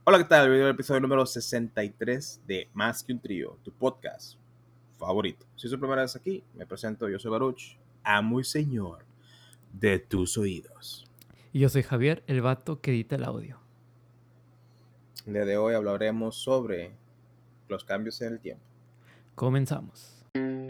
Hola, ¿qué tal? Bienvenido al episodio número 63 de Más que un Trío, tu podcast favorito. Si es su primera vez aquí, me presento, yo soy Baruch, amo y señor de tus oídos. Y yo soy Javier, el vato que edita el audio. El día de hoy hablaremos sobre los cambios en el tiempo. Comenzamos.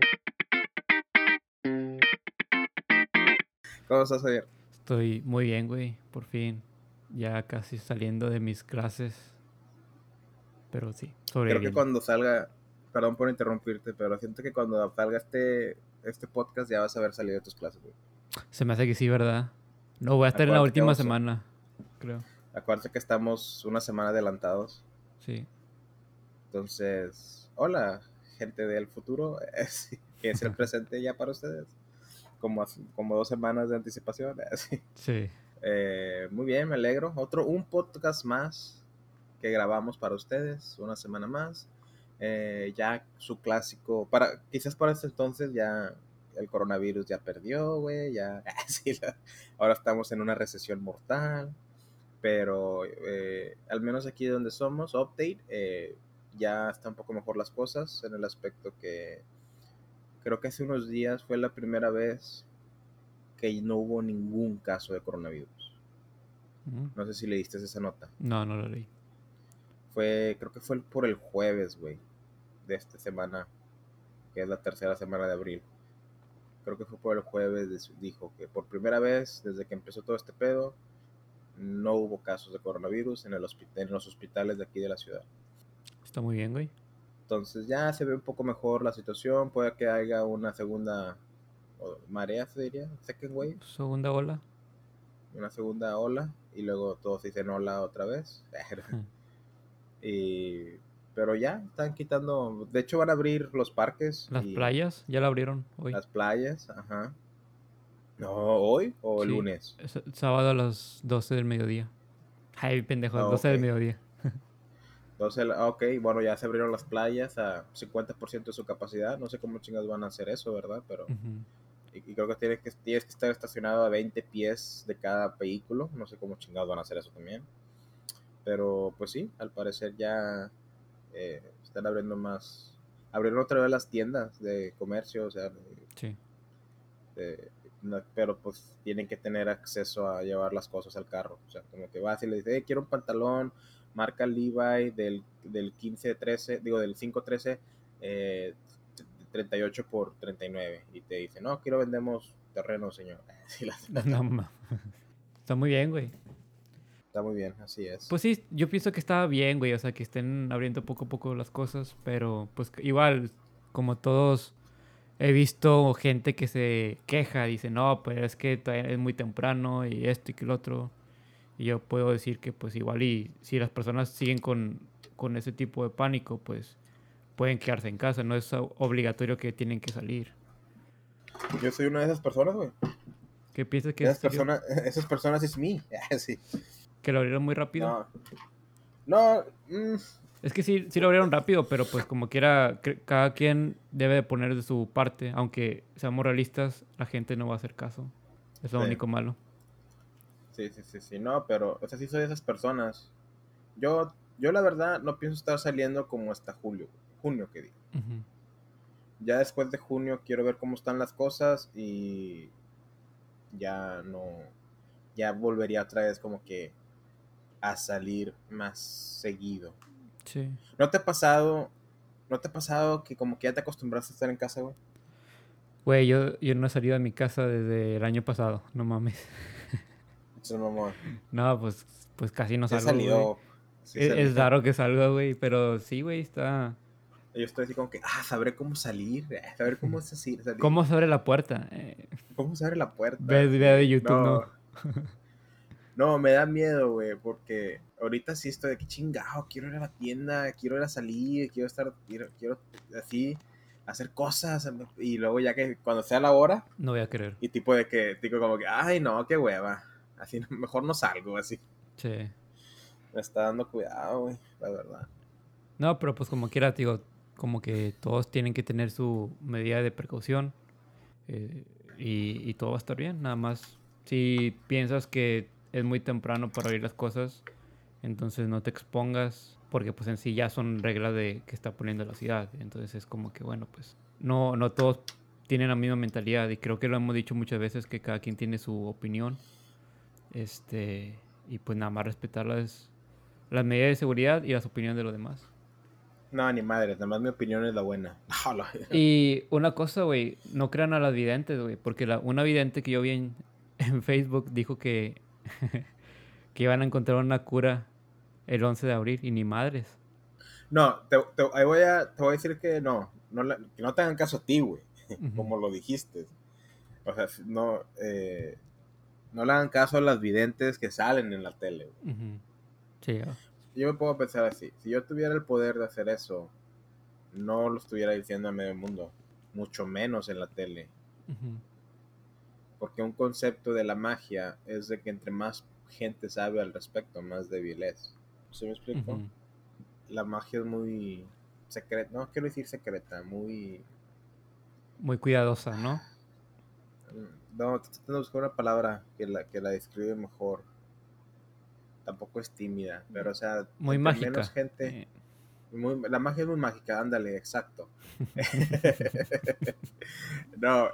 ¿Cómo estás, Javier? Estoy muy bien, güey. Por fin. Ya casi saliendo de mis clases. Pero sí, Creo que sobreviviendo. cuando salga, perdón por interrumpirte, pero siento que cuando salga este podcast ya vas a haber salido de tus clases, güey. Se me hace que sí, ¿verdad? No, voy a estar en la Acuérdate que última semana, creo. acuérdate que estamos una semana adelantados. Sí. Entonces, hola, gente del futuro, sí, que es el presente ya para ustedes, como 2 semanas de anticipación. Sí. Sí. Muy bien, me alegro. Un podcast más que grabamos para ustedes, una semana más. Ya su clásico, quizás para este entonces ya el coronavirus ya perdió, güey, ya, sí, ahora estamos en una recesión mortal. Pero al menos aquí donde somos, Update, ya está un poco mejor las cosas en el aspecto que creo que hace unos días fue la primera vez que no hubo ningún caso de coronavirus. No sé si leíste esa nota. No, no lo leí. Creo que fue por el jueves, güey, de esta semana, que es la tercera semana de abril. Creo que fue por el jueves, dijo que por primera vez desde que empezó todo este pedo, no hubo casos de coronavirus en los hospitales de aquí de la ciudad. Está muy bien, güey. Entonces ya se ve un poco mejor la situación, puede que haya una segunda marea, se diría, second wave, Segunda ola. una segunda ola, y luego todos dicen hola otra vez. y, pero ya están quitando, de hecho van a abrir los parques Las y playas ya la abrieron hoy. las playas, ajá. No, ¿hoy o el Sí. lunes? Es sábado a las 12 del mediodía. Ay, pendejo, Ah, 12 ok. del mediodía. Entonces, ok, bueno, ya se abrieron las playas a 50% de su capacidad. No sé cómo chingados van a hacer eso, ¿verdad? Pero Ujú. y creo que tienes que estar estacionado a 20 pies de cada vehículo. No sé cómo chingados van a hacer eso también. Pero pues sí, al parecer ya están abriendo más. Abrieron otra vez las tiendas de comercio, o sea, Sí. pero pues tienen que tener acceso a llevar las cosas al carro. O sea, como que vas y le dices, quiero un pantalón marca Levi del 15-13, digo del 5-13, 38 por 39. Y te dice, no, aquí lo vendemos terreno, señor. Sí, No, está muy bien, güey. está muy bien, así es. Pues sí, yo pienso que está bien, güey, o sea, que estén abriendo poco a poco las cosas, pero pues igual, como todos, he visto gente que se queja, dice, no, pues es que todavía es muy temprano y esto y que lo otro, y yo puedo decir que pues igual y si las personas siguen con ese tipo de pánico, pues pueden quedarse en casa, no es obligatorio que tienen que salir. Yo soy una de esas personas, güey. ¿Qué piensas que sería? Esas personas es mí. Sí. ¿Que lo abrieron muy rápido? No, no, Es que sí lo abrieron rápido, pero pues como quiera, cada quien debe de poner de su parte. Aunque seamos realistas, la gente no va a hacer caso. Es lo sí, único malo. sí, no, pero, o sea, sí soy de esas personas. Yo la verdad no pienso estar saliendo como hasta junio que digo. Ujú. Ya después de junio quiero ver cómo están las cosas y ya no, ya volvería otra vez como que a salir más seguido. Sí. ¿No te ha pasado, no te ha pasado que como que ya te acostumbraste a estar en casa, güey? Güey, yo no he salido de mi casa desde el año pasado. No mames. Eso, mamá. No, pues casi no Sí he salgo, güey. salido, sí Es salió. raro que salga, güey. Pero sí, güey, está... Yo estoy así como que, sabré cómo salir, saber cómo es salir. ¿Cómo se abre la puerta? ¿Cómo se abre la puerta? Ve video de Sí, YouTube, no, no. no, me da miedo, güey, porque ahorita sí estoy de que chingado, quiero ir a la tienda, quiero ir a salir, quiero así, hacer cosas, y luego ya que cuando sea la hora, No voy a querer. y tipo de que, digo como que, ay, no, qué hueva, así, mejor no salgo, así, Sí. me está dando cuidado, güey, la verdad. No, pero pues como quiera, digo, como que todos tienen que tener su medida de precaución. eh, y todo va a estar bien. Nada más, si piensas que es muy temprano para abrir las cosas, Entonces no te expongas porque pues en sí ya son reglas de que está poniendo la ciudad. Entonces es como que bueno, pues no todos tienen la misma mentalidad y creo que lo hemos dicho muchas veces que cada quien tiene su opinión. Y pues nada más respetar las medidas de seguridad y las opiniones de los demás. No, ni madres, nada más mi opinión es la buena. No, Y una cosa, güey, no crean a las videntes, güey, porque una vidente que yo vi en Facebook dijo que iban a encontrar una cura el 11 de abril y ni madres. no ahí te voy a decir que que no te hagan caso a ti, güey, Ujú, como lo dijiste. O sea, no le hagan caso a las videntes que salen en la tele, güey. ujú. Sí, Yo me puedo pensar así, si yo tuviera el poder de hacer eso, no lo estuviera diciendo a medio mundo, mucho menos en la tele. ujú, Porque un concepto de la magia es de que entre más gente sabe al respecto, más débil es. ¿Sí me explico? ujú. La magia es muy secreta, no quiero decir secreta, muy... Muy cuidadosa, ¿no? No, estoy tratando de buscar una palabra que la describe mejor. Tampoco es tímida, pero o sea, Muy entre menos mágica. gente... la magia es muy mágica, ándale, exacto. No,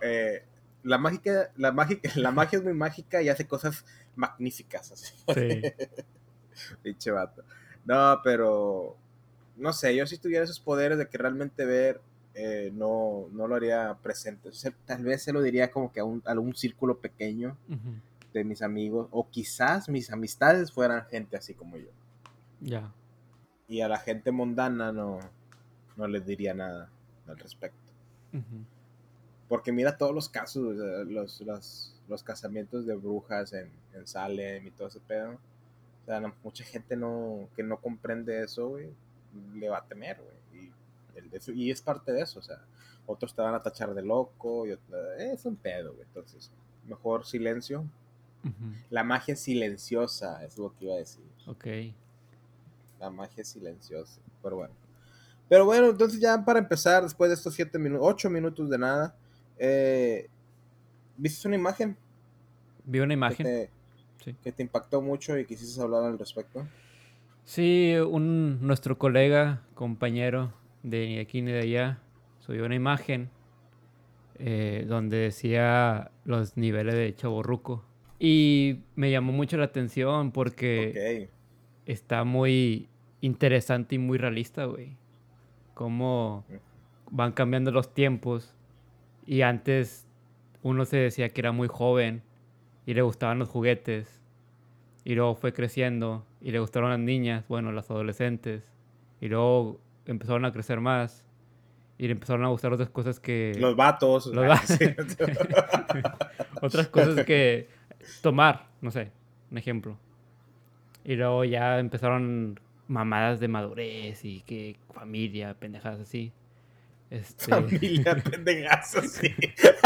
la magia es muy mágica y hace cosas magníficas, así. Sí. Pinche vato. No, pero no sé, yo si tuviera esos poderes de que realmente ver, no lo haría presente. O sea, tal vez se lo diría como que a algún círculo pequeño Ujú. de mis amigos, o quizás mis amistades fueran gente así como yo. Ya. Y a la gente mundana no les diría nada al respecto. Ujú. Porque mira todos los casos, los casamientos de brujas en Salem y todo ese pedo. O sea, mucha gente que no comprende eso, güey, le va a temer, güey. Y es parte de eso, o sea, otros te van a tachar de loco, es un pedo, güey. Entonces, mejor silencio. Ujú. La magia silenciosa es lo que iba a decir. Ok. La magia silenciosa. Pero bueno. Pero bueno, entonces ya para empezar, después de estos 7 minutos, 8 minutos de nada, eh, ¿viste una imagen Vi una que imagen. te, Sí. que te impactó mucho y quisiste hablar al respecto? Sí, nuestro colega, compañero de ni de aquí ni de allá, subió una imagen donde decía los niveles de chavorruco. Y me llamó mucho la atención Ok. porque está muy interesante y muy realista, güey. Cómo van cambiando los tiempos. Y antes uno se decía que era muy joven y le gustaban los juguetes. Y luego fue creciendo y le gustaron las niñas, bueno, las adolescentes. Y luego empezaron a crecer más y le empezaron a gustar otras cosas que... Los vatos. Los Sí. otras cosas que tomar, no sé, un ejemplo. Y luego ya empezaron mamadas de madurez y que familia, pendejadas así. Este... Familia pendejazo, sí.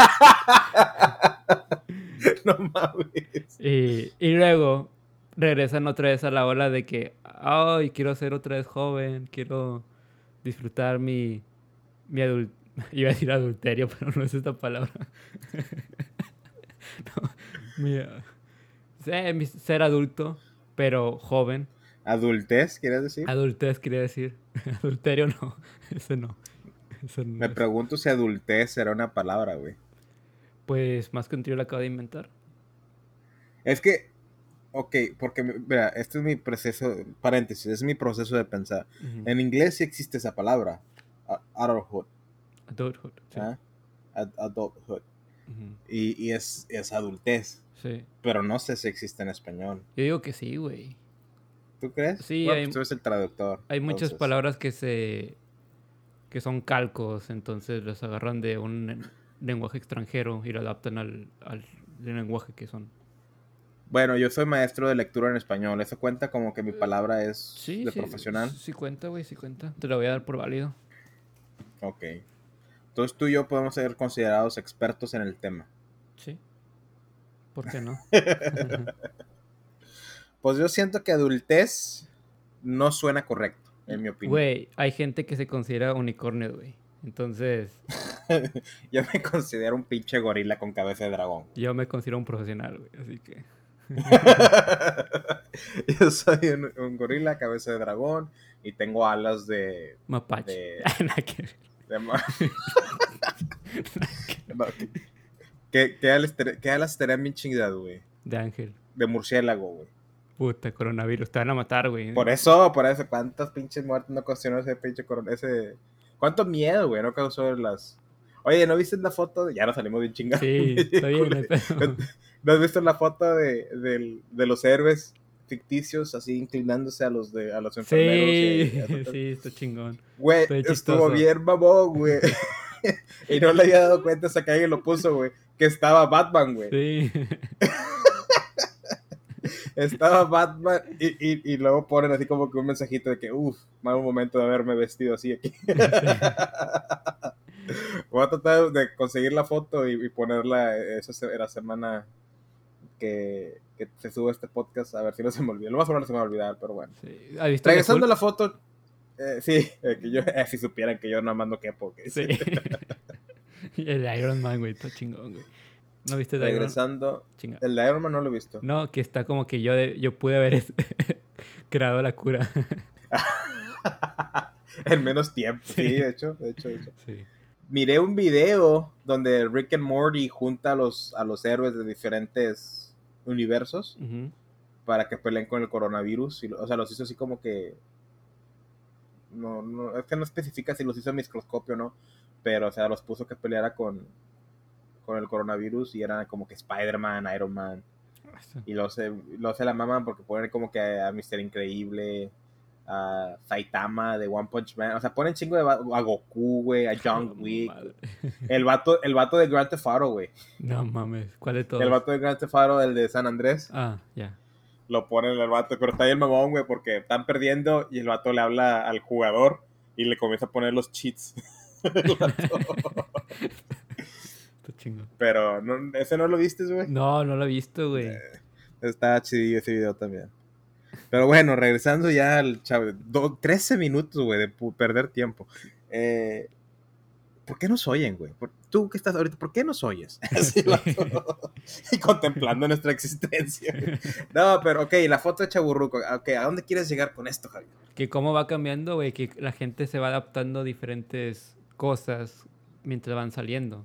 No mames. y luego regresan otra vez a la ola de que, ay, quiero ser otra vez joven, quiero disfrutar mi iba a decir adulterio, pero no es esta palabra. No, mi, ser adulto, pero joven. ¿Adultez, quieres decir? Adultez quería decir. Adulterio no. Ese no. Eso Me no es. pregunto si adultez será una palabra, güey. Pues más que un trío lo acabo de inventar. Es que, ok, porque, mira, este es mi proceso, paréntesis, es mi proceso de pensar. Ujú. En inglés sí existe esa palabra, adulthood, Adulthood, sí. ¿ah? Adulthood. Ujú. Y es adultez, Sí. pero no sé si existe en español. Yo digo que sí, güey. ¿Tú crees? Sí, Bueno, pues tú eres el traductor, hay muchas entonces. palabras que son calcos, entonces los agarran de un lenguaje extranjero y lo adaptan al lenguaje que son. Bueno, yo soy maestro de lectura en español. ¿Eso cuenta como que mi palabra es Sí, de sí, profesional? sí cuenta, güey, sí cuenta. Te lo voy a dar por válido. Ok. Entonces tú y yo podemos ser considerados expertos en el tema. Sí, ¿por qué no? Pues yo siento que adultez no suena correcto, en mi opinión. Güey, hay gente que se considera unicornio, güey. Entonces, Yo me considero un pinche gorila con cabeza de dragón. yo me considero un profesional, güey, así que... Yo soy un gorila, cabeza de dragón, y tengo alas Mapache. Nada que ver. de ma- no, ¿qué alas estarían bien chingadas, güey? De ángel. De murciélago, güey. Puta, coronavirus. Te van a matar, güey. Por eso, ¿cuántas pinches muertes no ocasionó ese pinche corona? ¿Cuánto miedo, güey, no causó las... Oye, ¿no viste la foto? Ya nos salimos bien chingados. Sí, está bien, no hay pedo. ¿No has visto la foto de los héroes ficticios así inclinándose a los enfermeros? Sí, sí, está chingón. Güey, Está estuvo chistoso. bien mamón, güey. Y no le había dado cuenta hasta que alguien lo puso, güey. Que estaba Batman, güey. Sí. Estaba Batman y luego ponen así como que un mensajito de que, mal momento de haberme vestido así aquí. Voy a tratar de conseguir la foto y ponerla la semana que se sube este podcast, a ver si no se me olvida. Lo más probable se me va a olvidar, pero bueno. Sí. ¿Has visto Regresando a la foto, sí, que yo, si supieran que yo nada más no quepo. Sí. El Iron Man, güey, está chingón, güey. ¿No viste el Iron Man? Regresando, Chinga. el de Iron Man no lo he visto. No, que está como que yo pude haber creado la cura. En menos tiempo, sí, de hecho. Sí. Miré un video donde Rick and Morty junta a los héroes de diferentes universos Ujú. para que peleen con el coronavirus. O sea, los hizo así como que... No, es que no especifica si los hizo a microscopio o no, pero o sea, los puso que peleara con el coronavirus y eran como que Spider-Man, Iron Man. Y lo se la maman porque ponen como que a Mr. Increíble, a Saitama de One Punch Man. O sea, ponen chingo a Goku, güey, a John Wick. Madre. El vato de Grand Theft Auto, güey. No mames, ¿cuál de todos? El vato de Grand Theft Auto, el de San Andrés. Ah, ya. Lo ponen el vato, pero está ahí el mamón, güey, porque están perdiendo y el vato le habla al jugador y le comienza a poner los cheats. El vato. Está chingón. Pero, ¿ese no lo viste, güey? No, no lo he visto, güey. Está chido ese video también. Pero bueno, regresando ya al chavo. 13 minutos, güey, de perder tiempo. ¿Por qué nos oyen, güey? Tú que estás ahorita, ¿por qué nos oyes? Así y contemplando nuestra existencia. No, pero ok, la foto de Chaburruco. Okay, ¿a dónde quieres llegar con esto, Javier? Que cómo va cambiando, güey, que la gente se va adaptando a diferentes cosas mientras van saliendo.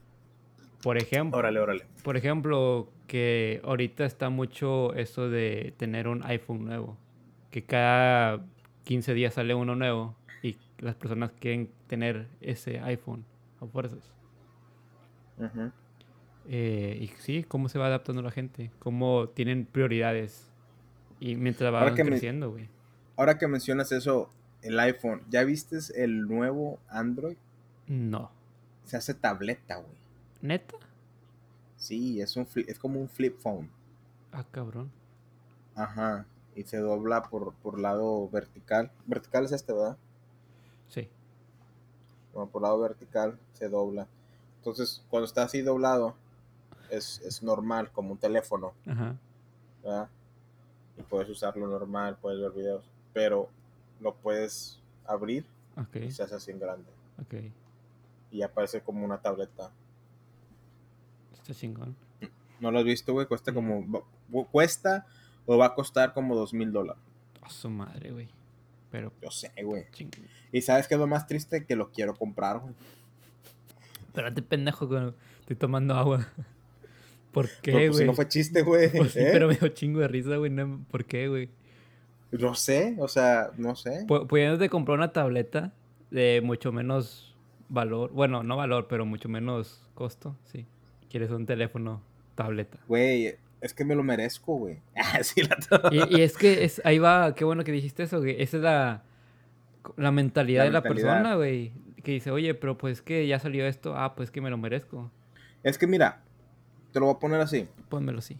Órale. Por ejemplo, que ahorita está mucho eso de tener un iPhone nuevo. Que cada 15 días sale uno nuevo y las personas quieren tener ese iPhone a fuerzas. Uh-huh. Y sí, cómo se va adaptando la gente, cómo tienen prioridades y mientras van creciendo, güey. Ahora que mencionas eso, el iPhone, ¿ya viste el nuevo Android? No. Se hace tableta, güey. ¿Neta? Sí, es como un flip phone. Ah, cabrón. Ajá. Y se dobla por lado vertical. Vertical es este, ¿verdad? Sí. Bueno, por lado vertical se dobla. Entonces, cuando está así doblado, es normal, como un teléfono. Ajá. ¿Verdad? Y puedes usarlo normal, puedes ver videos. Pero lo puedes abrir y se hace así en grande. Ok. Y aparece como una tableta. Está chingón. ¿No lo has visto, güey? Cuesta o va a costar como $2,000. A su madre, güey. Pero... Yo sé, güey. Chingón. ¿Y sabes qué es lo más triste? Que lo quiero comprar, güey. Espérate, pendejo, güey. Estoy tomando agua. ¿Por qué, güey? Pues si no fue chiste, güey. Pues sí, pero me dio chingo de risa, güey. No, ¿por qué, güey? No sé, o sea, no sé. Pudiéndote comprar una tableta de mucho menos valor. Bueno, no valor, pero mucho menos costo, sí. Quieres un teléfono, tableta. Güey, es que me lo merezco, güey. Sí, y es que ahí va, qué bueno que dijiste eso, güey. Esa es la mentalidad de la persona, güey. Que dice, oye, pero pues que ya salió esto. Ah, pues que me lo merezco. Es que mira, te lo voy a poner así. Pónmelo así.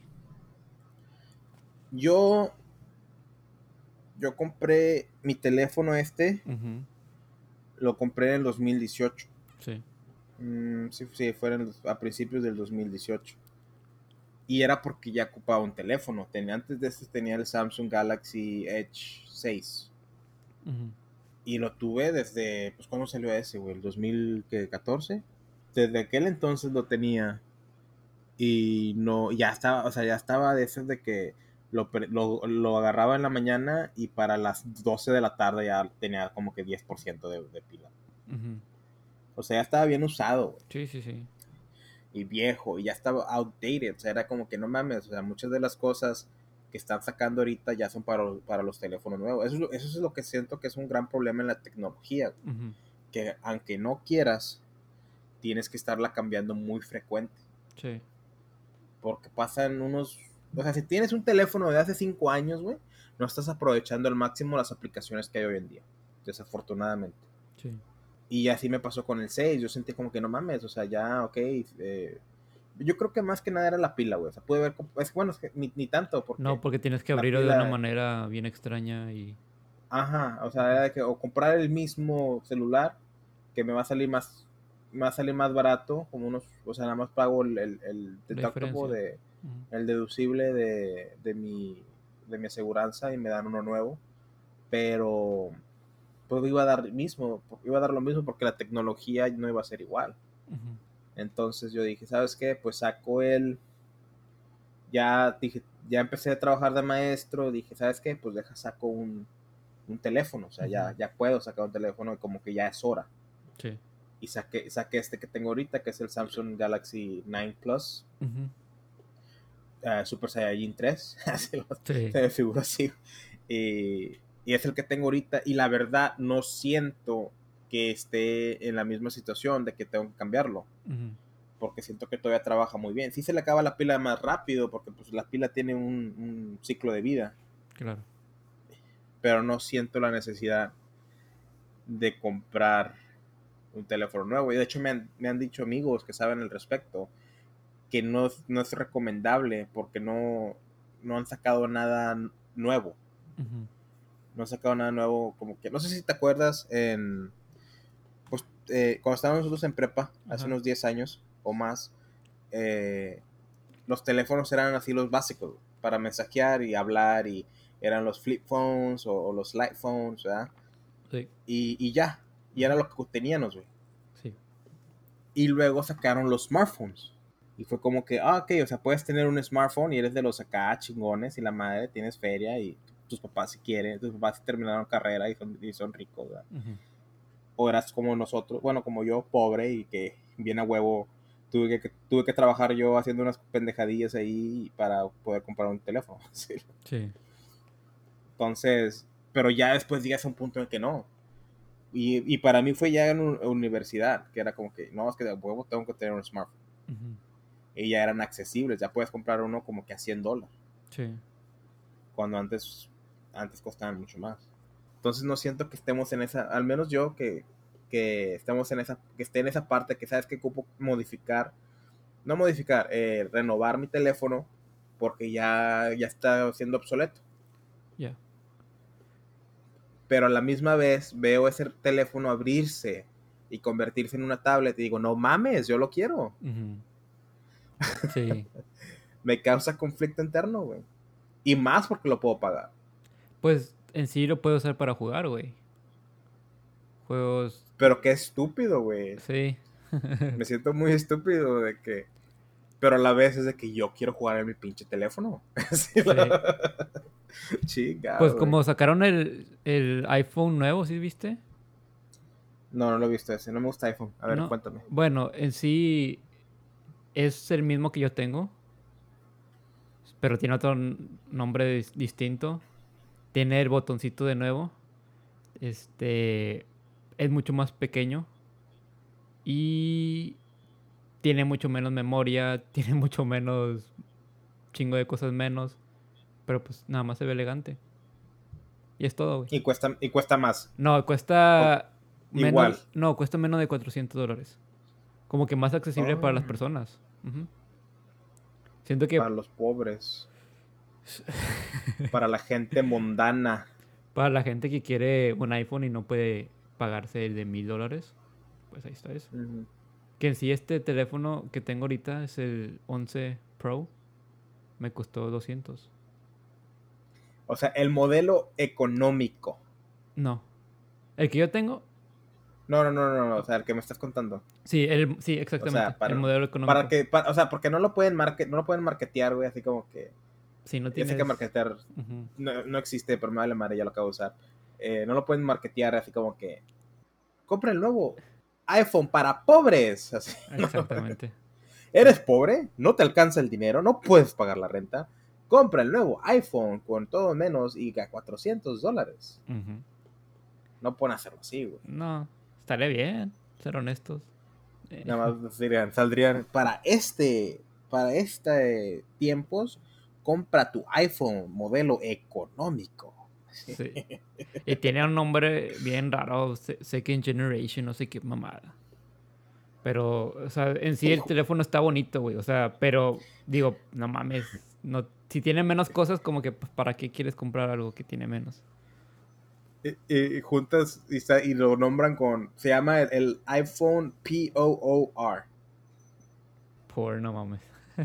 Yo compré mi teléfono lo compré en el 2018. Sí. Sí, fueron a principios del 2018. Y era porque ya ocupaba un teléfono. Antes de este tenía el Samsung Galaxy Edge 6. Y lo tuve desde, pues, ¿cuándo salió ese, güey? ¿El 2014? Desde aquel entonces lo tenía. Y no, ya estaba, o sea, ya estaba de esas de que lo agarraba en la mañana y para las 12 de la tarde ya tenía como que 10% de pila. Ujú. O sea, ya estaba bien usado, güey, Sí, sí, sí. y viejo, y ya estaba outdated. O sea, era como que no mames, o sea, muchas de las cosas que están sacando ahorita ya son para los teléfonos nuevos. Eso es lo que siento que es un gran problema en la tecnología, güey, Ujú. que aunque no quieras, tienes que estarla cambiando muy frecuente. Sí. Porque pasan unos... O sea, si tienes un teléfono de hace 5 años, güey, no estás aprovechando al máximo las aplicaciones que hay hoy en día. Desafortunadamente. Sí. Y así me pasó con el 6. Yo sentí como que no mames, o sea, ya, ok. Yo creo que más que nada era la pila, güey. O sea, pude ver... bueno, es que ni tanto, No, porque porque tienes que la abrirlo de una pila... manera bien extraña y... Ajá, o sea, Ujú. era de que o comprar el mismo celular, que me va a salir más barato, como unos, o sea, nada más pago el La deductible diferencia. Ujú. el deducible de mi aseguranza y me dan uno nuevo, pero pues iba a dar lo mismo porque la tecnología no iba a ser igual. Ujú. Entonces yo dije, ¿sabes qué? Pues saco ya dije, ya empecé a trabajar de maestro, dije, ¿sabes qué? Pues saco un teléfono, o sea, Ujú. ya puedo sacar un teléfono y como que ya es hora. Sí. Y saqué este que tengo ahorita, que es el Samsung Galaxy 9 Plus, Ujú. Super Saiyajin 3, Sí. se me figura así. Y es el que tengo ahorita, y la verdad no siento que esté en la misma situación de que tengo que cambiarlo, Ujú. porque siento que todavía trabaja muy bien. Sí se le acaba la pila más rápido, porque pues la pila tiene un ciclo de vida, Claro. pero no siento la necesidad de comprar un teléfono nuevo. Y de hecho me han dicho amigos que saben al respecto que no es recomendable porque no han sacado nada nuevo. Ujú. No han sacado nada nuevo, como que, no sé si te acuerdas, pues, cuando estábamos nosotros en prepa, hace Ajá. unos 10 años o más, eh, los teléfonos eran así los básicos, para mensajear y hablar, y eran los flip phones o los light phones, ¿verdad? Sí. Y ya, y era Ujú. lo que teníamos, güey. Sí. Y luego sacaron los smartphones. Y fue como que, ok, o sea, puedes tener un smartphone y eres de los acá chingones y la madre, tienes feria y tus papás si quieren, tus papás si terminaron carrera y son ricos, ¿verdad? Ujú. O eras como nosotros, bueno, como yo, pobre y que viene a huevo, tuve que trabajar yo haciendo unas pendejadillas ahí para poder comprar un teléfono. ¿Sí? Sí. Entonces, pero ya después llegas a un punto en el que no. Y para mí fue ya en universidad, que era como que, no, es que de huevo tengo que tener un smartphone. Ujú. Y ya eran accesibles, ya puedes comprar uno como que a $100, Sí. cuando antes costaban mucho más. Entonces no siento que estemos en esa, al menos yo que estemos en esa, que esté en esa parte que sabes que ocupo modificar, no modificar, renovar mi teléfono porque ya está siendo obsoleto. Ya. Pero a la misma vez veo ese teléfono abrirse y convertirse en una tablet y digo, no mames, yo lo quiero. Ujú. Sí. Me causa conflicto interno, güey. Y más porque lo puedo pagar. Pues en sí lo puedo usar para jugar, güey. Juegos. Pero qué estúpido, güey. Sí. Me siento muy estúpido de que... Pero a la vez es de que yo quiero jugar en mi pinche teléfono. Sí, Sí. Pues chingado, güey. como sacaron el iPhone nuevo, ¿sí viste? No, no lo he visto ese. No me gusta iPhone. A ver, No. cuéntame. Bueno, en sí es el mismo que yo tengo, pero tiene otro nombre distinto. Tiene el botoncito de nuevo. Este es mucho más pequeño y tiene mucho menos memoria, tiene mucho menos, chingo de cosas menos, pero pues nada más se ve elegante. Y es todo, güey. Y cuesta más. No, O- cuesta igual. menos, no, cuesta menos de $400. Como que más accesible para las Oh, personas. Ujú. Siento que para los pobres. Para la gente mundana. para la gente que quiere un iPhone y no puede pagarse el de $1000, pues ahí está eso. Ujú. Que en sí este teléfono que tengo ahorita es el 11 Pro. Me costó 200. O sea, el modelo económico. No. El que yo tengo, No, o sea, el que me estás contando. Sí, sí, O exactamente. sea, El modelo para económico. que, o sea, porque no lo pueden no lo pueden marketear, güey, así como que, Si no ya sé que tienes... marketear Ujú. no existe, pero me vale madre, ya lo acabo de usar. No lo pueden marketear así como que, compra el nuevo iPhone para pobres, así. Exactamente. ¿Eres pobre? ¿No te alcanza el dinero? ¿No puedes pagar la renta? Compra el nuevo iPhone con todo menos y a $400. Ujú. No pueden hacerlo así, güey. No, estaría bien, ser honestos. Nada más saldrían para este tiempos, compra tu iPhone modelo económico. Sí. Y tiene un nombre bien raro, Second Generation, no sé qué mamada. Pero, o sea, en sí el Hijo. teléfono está bonito, güey. O sea, pero digo, no mames. No, si tiene menos cosas, como que, pues, ¿para qué quieres comprar algo que tiene menos? Y juntas y lo nombran se llama el iPhone POOR. Por, no mames.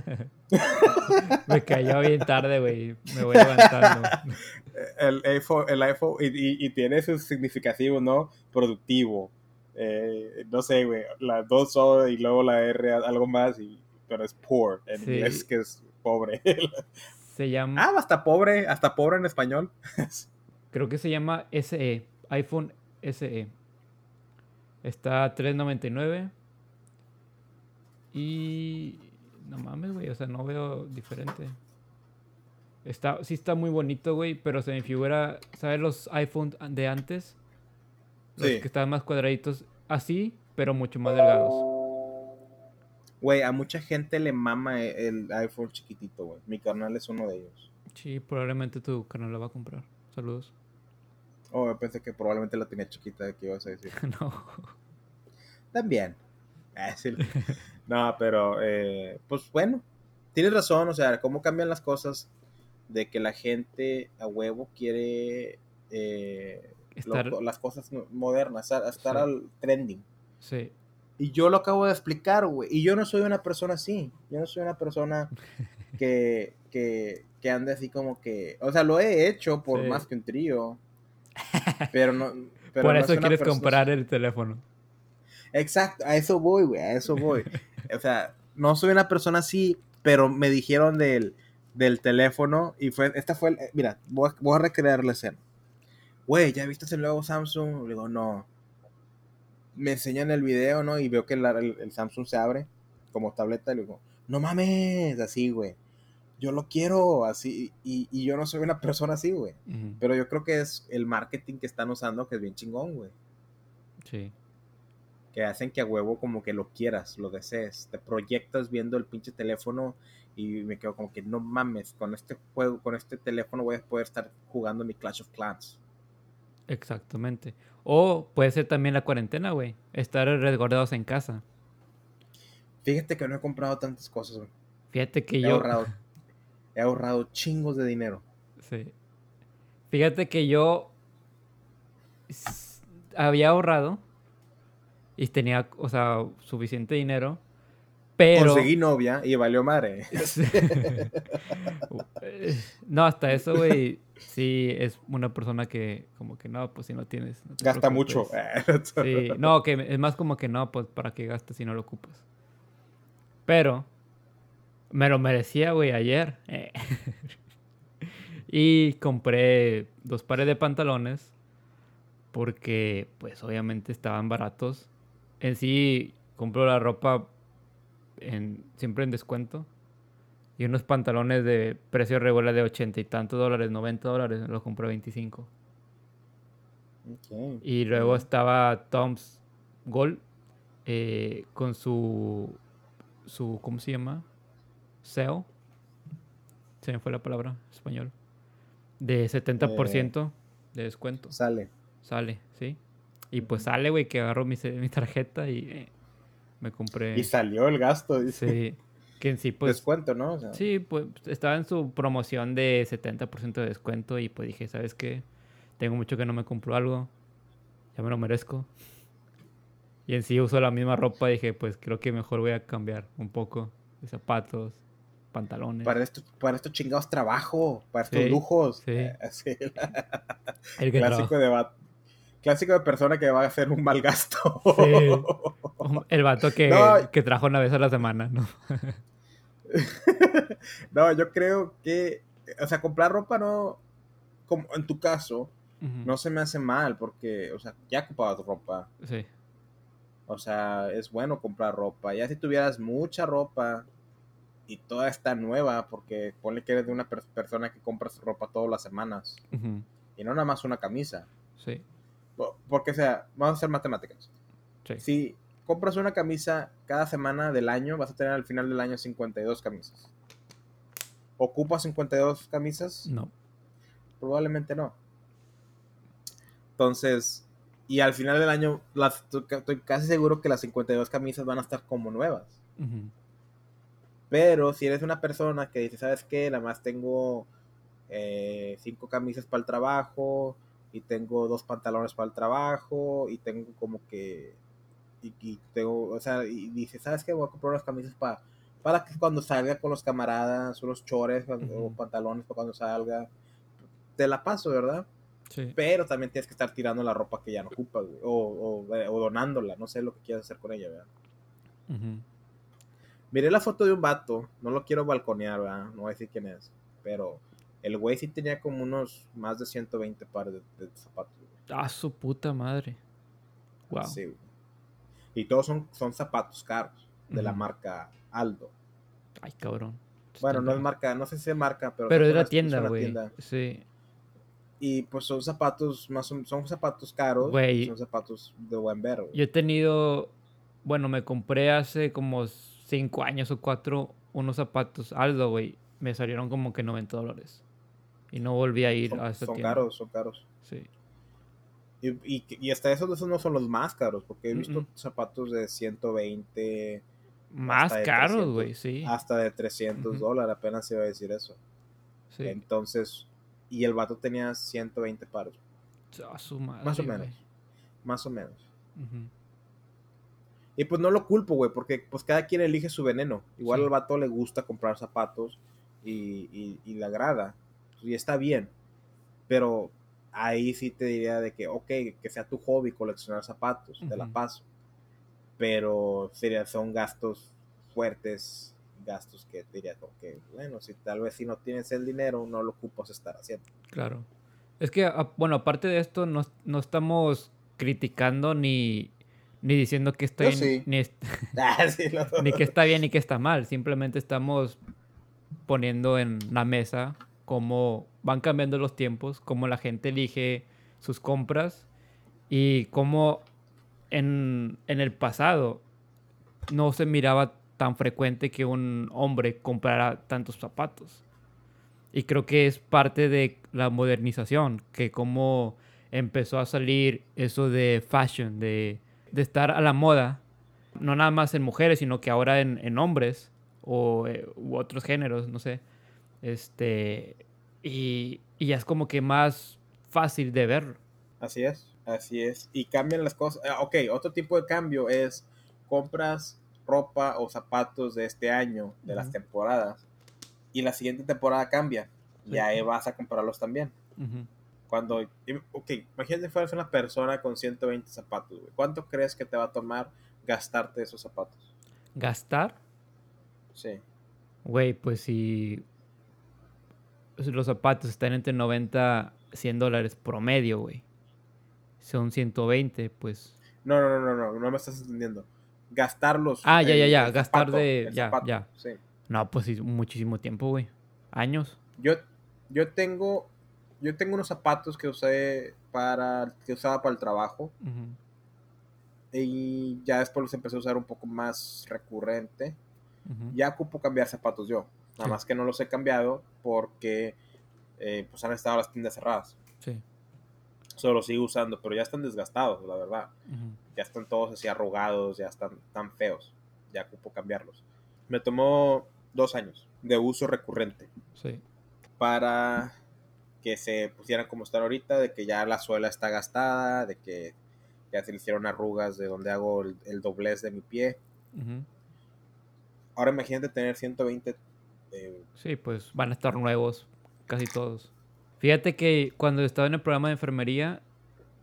Me cayó bien tarde, güey. Me voy levantando. El iPhone y tiene su significativo, ¿no? Productivo. No sé, güey, la dos O y luego la R, algo más, pero es poor en inglés, Sí, que es pobre. se llama, Hasta pobre en español. creo que se llama SE, iPhone SE. Está a 399 y no mames, güey, o sea, no veo diferente. Sí está muy bonito, güey, pero se me figura, ¿sabes los iPhones de antes? Los Sí. que estaban más cuadraditos, así, pero mucho más delgados. Güey, a mucha gente le mama el iPhone chiquitito, güey. Mi carnal es uno de ellos. Sí, probablemente tu canal la va a comprar. Saludos. Oh, pensé que probablemente la tenía chiquita, ¿qué ibas a decir? No. También. Sí. No, pero, pues bueno, tienes razón, o sea, cómo cambian las cosas de que la gente a huevo quiere Estar, las cosas modernas, a estar sí, al trending. sí, Y yo lo acabo de explicar, güey. Y yo no soy una persona así. Yo no soy una persona que ande así como que... O sea, lo he hecho por sí. más que un trío, pero no, pero Por no es eso una quieres persona... comprar el teléfono. Exacto, a eso voy, güey, a eso voy. O sea, no soy una persona así, pero me dijeron del teléfono y mira, voy a recrear la escena. Güey, ¿ya viste el nuevo Samsung? Le digo, no. Me enseñan el video, ¿no? Y veo que el Samsung se abre como tableta y le digo, no mames, así, güey. Yo lo quiero así y yo no soy una persona así, güey. Ujú. Pero yo creo que es el marketing que están usando que es bien chingón, güey. Sí, Que hacen que a huevo como que lo quieras, lo desees. Te proyectas viendo el pinche teléfono y me quedo como que no mames, con este juego, con este teléfono voy a poder estar jugando mi Clash of Clans. exactamente. O puede ser también la cuarentena, güey. Estar resguardados en casa. Fíjate que no he comprado tantas cosas, güey. Fíjate que He yo, ahorrado, he ahorrado chingos de dinero. sí. Fíjate que yo había ahorrado y tenía, o sea, suficiente dinero, pero Conseguí novia y valió madre. no, hasta eso, güey, sí es una persona que como que no, pues si no tienes, no te Gasta mucho. preocupes. Sí, no, que es más como que no, pues para qué gastas si no lo ocupas. Pero me lo merecía, güey, ayer. Y compré 2 pares de pantalones porque, pues, obviamente estaban baratos. En sí, compro la ropa siempre en descuento. Y unos pantalones de precio regular de 80 y tantos dólares, $90, los compré 25. Ok, Y está luego bien. estaba Tom's Gold con ¿cómo se llama? Sale. Se me fue la palabra en español. De setenta por Eh, ciento de descuento. sale. Sale, ¿sí? Y pues Ujú. sale, güey, que agarro mi tarjeta y me Y compré. salió el gasto, dice. Sí. Que en sí, pues, Descuento, ¿no? O sea, sí, pues estaba en su promoción de 70% de descuento y pues dije, ¿sabes qué? Tengo mucho que no me compro algo, ya me lo merezco. Y en sí uso la misma ropa, dije, pues creo que mejor voy a cambiar un poco de zapatos, pantalones. para estos chingados trabajo, para estos Sí, lujos. sí. Así, El que clásico trabaja. debate. Clásico de persona que va a hacer un mal gasto. Sí. El vato No, que trajo una vez a la semana, ¿no? no, yo creo que, o sea, comprar ropa no, como en tu caso, Ujú. no se me hace mal porque, o sea, ya ocupabas ropa. Sí. O sea, es bueno comprar ropa. Ya si tuvieras mucha ropa y toda está nueva, porque ponle que eres de una persona que compras ropa todas las semanas Ujú. y no nada más una camisa. Sí. Porque, o sea, vamos a hacer matemáticas. Sí. Si compras una camisa cada semana del año, vas a tener al final del año 52 camisas. ¿Ocupas 52 camisas? No. Probablemente no. Entonces, y al final del año, estoy casi seguro que las 52 camisas van a estar como nuevas. Ujú. Pero si eres una persona que dice, ¿sabes qué? Nada más tengo 5 camisas para el trabajo y tengo 2 pantalones para el trabajo y tengo como que y tengo, o sea, y dice, ¿sabes qué? Voy a comprar unas camisas para que cuando salga con los camaradas, unos chores o Ujú. pantalones para cuando salga, te la paso, ¿verdad? Sí. Pero también tienes que estar tirando la ropa que ya no ocupas, güey, o donándola, no sé lo que quieras hacer con ella, ¿verdad? Ujú. Miré la foto de un vato, no lo quiero balconear, ¿verdad? No voy a decir quién es, pero el güey sí tenía como unos más de 120 pares de zapatos, güey. Ah, su puta madre. Wow. Sí, güey. Y todos son zapatos caros, de la Ujú. marca Aldo. Ay, cabrón. Bueno, Están no es caros. marca, no sé si es marca, pero Pero es la es tienda, una güey. tienda. Sí. Y pues son zapatos, son zapatos caros y Güey, son zapatos de buen ver, güey. yo he tenido, bueno, me compré hace como 5 años o 4 unos zapatos Aldo, güey. Me salieron como que $90. Y no volví a ir a esa Son tienda. caros, son caros. Sí. Y hasta esos no son los más caros, porque he Mm, visto mm. zapatos de 120 hasta Más de caros, 300 güey, sí. hasta de 300 Ujú. dólares, apenas iba a decir eso. Sí. Entonces, y el vato tenía 120 paros, A su más o madre, güey. menos, más o menos. Ujú. Y pues no lo culpo, güey, porque pues cada quien elige su veneno. Igual al Sí, vato le gusta comprar zapatos y le agrada. Y está bien. Pero ahí sí te diría de que, ok, que sea tu hobby coleccionar zapatos, te la ujú, paso. Pero son gastos fuertes, gastos que te diría, ok, bueno, si tal vez si no tienes el dinero, no lo ocupas estar haciendo. claro. Es que, bueno, aparte de esto, no estamos criticando ni diciendo que está Yo bien, sí. Ah, sí, ni que está bien ni que está mal. Simplemente estamos poniendo en la mesa cómo van cambiando los tiempos, cómo la gente elige sus compras y cómo en el pasado no se miraba tan frecuente que un hombre comprara tantos zapatos. Y creo que es parte de la modernización, que como empezó a salir eso de fashion, de estar a la moda, no nada más en mujeres, sino que ahora en hombres u otros géneros, no sé. Este, y ya es como que más fácil de verlo. Así es, así es. Y cambian las cosas. Ok, otro tipo de cambio es compras ropa o zapatos de este año, de las Ujú. temporadas, y la siguiente temporada cambia. Y Sí. ahí vas a comprarlos también. Ujú. Ok, imagínate fueras una persona con 120 zapatos, güey. ¿Cuánto crees que te va a tomar gastarte esos zapatos? Gastar, Sí. güey, pues si los zapatos están entre 90 $100 promedio, güey. Son 120 pues. No, no, no, no, no, no me estás entendiendo. Gastarlos, Ah, ya, ya, ya. Gastar el ya, zapato, ya. sí. No, pues sí, muchísimo tiempo, güey. Años. Yo, yo tengo, yo tengo unos zapatos que usaba para el trabajo Ujú. y ya después los empecé a usar un poco más recurrente. Ujú. Ya ocupo cambiar zapatos yo, nada Sí, más que no los he cambiado porque pues han estado las tiendas cerradas. sí. Solo los sigo usando, pero ya están desgastados, la verdad. Ujú. Ya están todos así arrugados, ya están tan feos. Ya ocupo cambiarlos. Me tomó 2 años de uso recurrente Sí. para que se pusieran como están ahorita, de que ya la suela está gastada, de que ya se le hicieron arrugas de donde hago el doblez de mi pie. Ujú. Ahora imagínate tener 120. Sí, pues van a estar nuevos casi todos. Fíjate que cuando estaba en el programa de enfermería,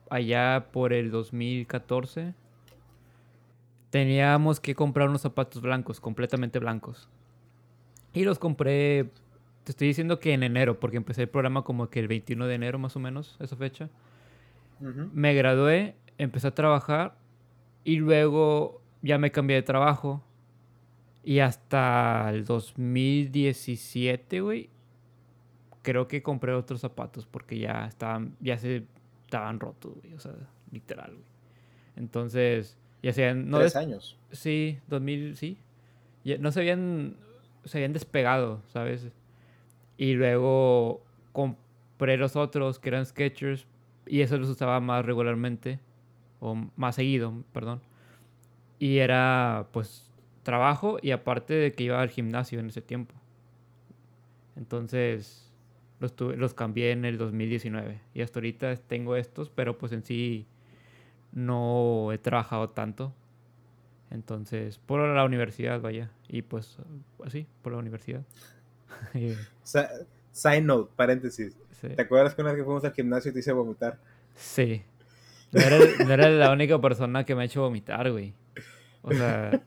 allá por el 2014, teníamos que comprar unos zapatos blancos, completamente blancos. Y los compré, te estoy diciendo que en enero, porque empecé el programa como que el 21 de enero más o menos, esa fecha. Ujú. Me gradué, empecé a trabajar y luego ya me cambié de trabajo. Y hasta el 2017, güey, creo que compré otros zapatos porque ya se estaban rotos, güey, o sea, literal, güey. Entonces, ya sean, no 3 años. sí, 2000, sí, no se habían despegado, ¿sabes? Y luego compré los otros que eran Skechers y esos los usaba más regularmente, o más seguido, perdón. Y era, pues, trabajo y aparte de que iba al gimnasio en ese tiempo. Entonces, los cambié en el 2019. Y hasta ahorita tengo estos, pero pues en sí no he trabajado tanto. Entonces, por la universidad, vaya. Y pues, así, por la universidad. Y, Sa- Side note, paréntesis. sí. ¿Te acuerdas que una vez que fuimos al gimnasio te hice vomitar? Sí. No era la única persona que me ha hecho vomitar, güey. O sea,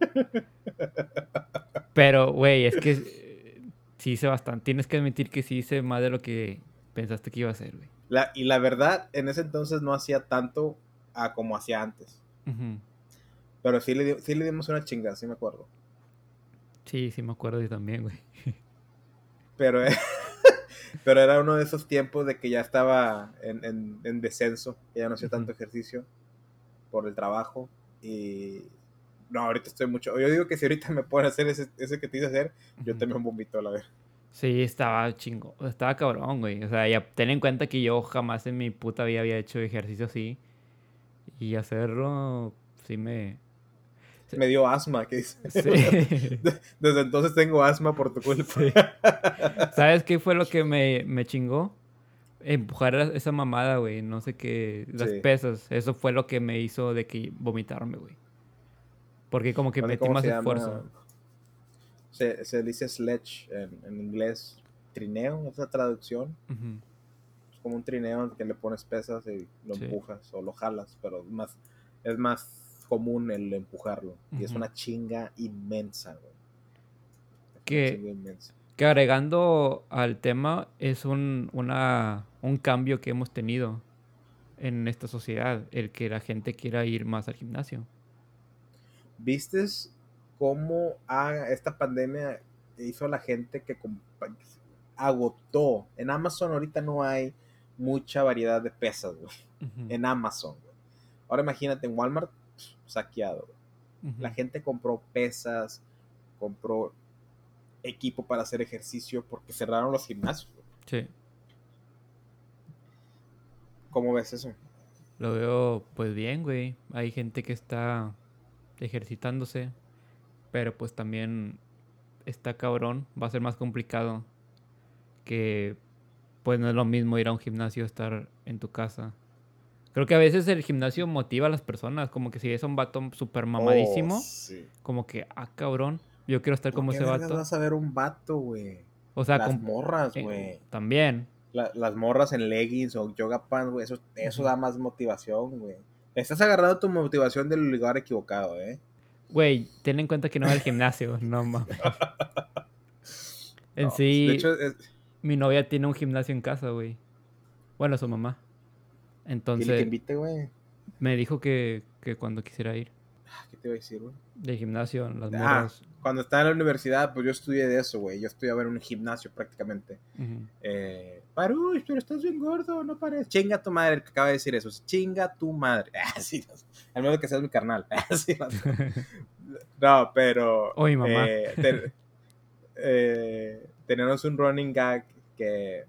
pero, güey, es que sí hice bastante. Tienes que admitir que sí hice más de lo que pensaste que iba a hacer, güey. Y la verdad, en ese entonces no hacía tanto como hacía antes. Ujú. Pero sí le dimos una chinga, sí me acuerdo. Sí, sí me acuerdo yo también, güey. Pero, pero era uno de esos tiempos de que ya estaba en descenso, que ya no hacía Ujú. tanto ejercicio por el trabajo. Y no, ahorita estoy mucho. Yo digo que si ahorita me pueden hacer ese que te hice hacer, yo Ujú. también vomito a la vez. Sí, estaba chingo, estaba cabrón, güey. O sea, ya ten en cuenta que yo jamás en mi puta vida había hecho ejercicio así. Y hacerlo, sí me... Me dio asma, que dice. Sí. Desde entonces tengo asma por tu culpa. Sí. ¿Sabes qué fue lo que me chingó? Empujar esa mamada, güey. No sé qué, las Sí. pesas. Eso fue lo que me hizo de que vomitarme, güey. Porque como que No sé metí cómo más se esfuerzo. llama. Se dice sledge en inglés. Trineo, es la traducción. Ujú. Es como un trineo que le pones pesas y lo Sí. empujas o lo jalas, pero es más común el empujarlo. Y es Ujú. una chinga inmensa, güey. Es una Que chinga inmensa. Que agregando al tema es un cambio que hemos tenido en esta sociedad, el que la gente quiera ir más al gimnasio. ¿Vistes cómo esta pandemia hizo a la gente que agotó? En Amazon ahorita no hay mucha variedad de pesas, güey. Ujú. En Amazon, güey. Ahora imagínate en Walmart, saqueado, güey. La Ujú. gente compró pesas, compró equipo para hacer ejercicio porque cerraron los gimnasios, güey. Sí, ¿Cómo ves eso? lo veo pues bien, güey. Hay gente que está ejercitándose, pero pues también está cabrón, va a ser más complicado que pues no es lo mismo ir a un gimnasio estar en tu casa. Creo que a veces el gimnasio motiva a las personas, como que si ves a un vato súper Oh, mamadísimo, sí. como que, ah, cabrón, yo quiero estar ¿Por como qué ese vergas vato. vas a ver un vato, güey? O sea, Las morras, eh, güey. también. Las morras en leggings o yoga pants, güey, eso Ujú. da más motivación, güey. Estás agarrando tu motivación del lugar equivocado, ¿eh? Güey, ten en cuenta que no va al gimnasio, no mames. En No, pues, de sí, hecho, mi novia tiene un gimnasio en casa, güey. Bueno, su mamá. dile que Entonces, invite, güey. me dijo que cuando quisiera ir ¿Qué te iba a decir, güey? del gimnasio, las Ah, morras. cuando estaba en la universidad, pues yo estudié de eso, güey. Yo estudiaba en un gimnasio prácticamente. Ujú. Parush, pero estás bien gordo, no pares. Chinga tu madre, el que acaba de decir eso. Chinga tu madre. Sí, al menos que seas mi carnal. Sí, no, pero O mi mamá. teníamos un running gag que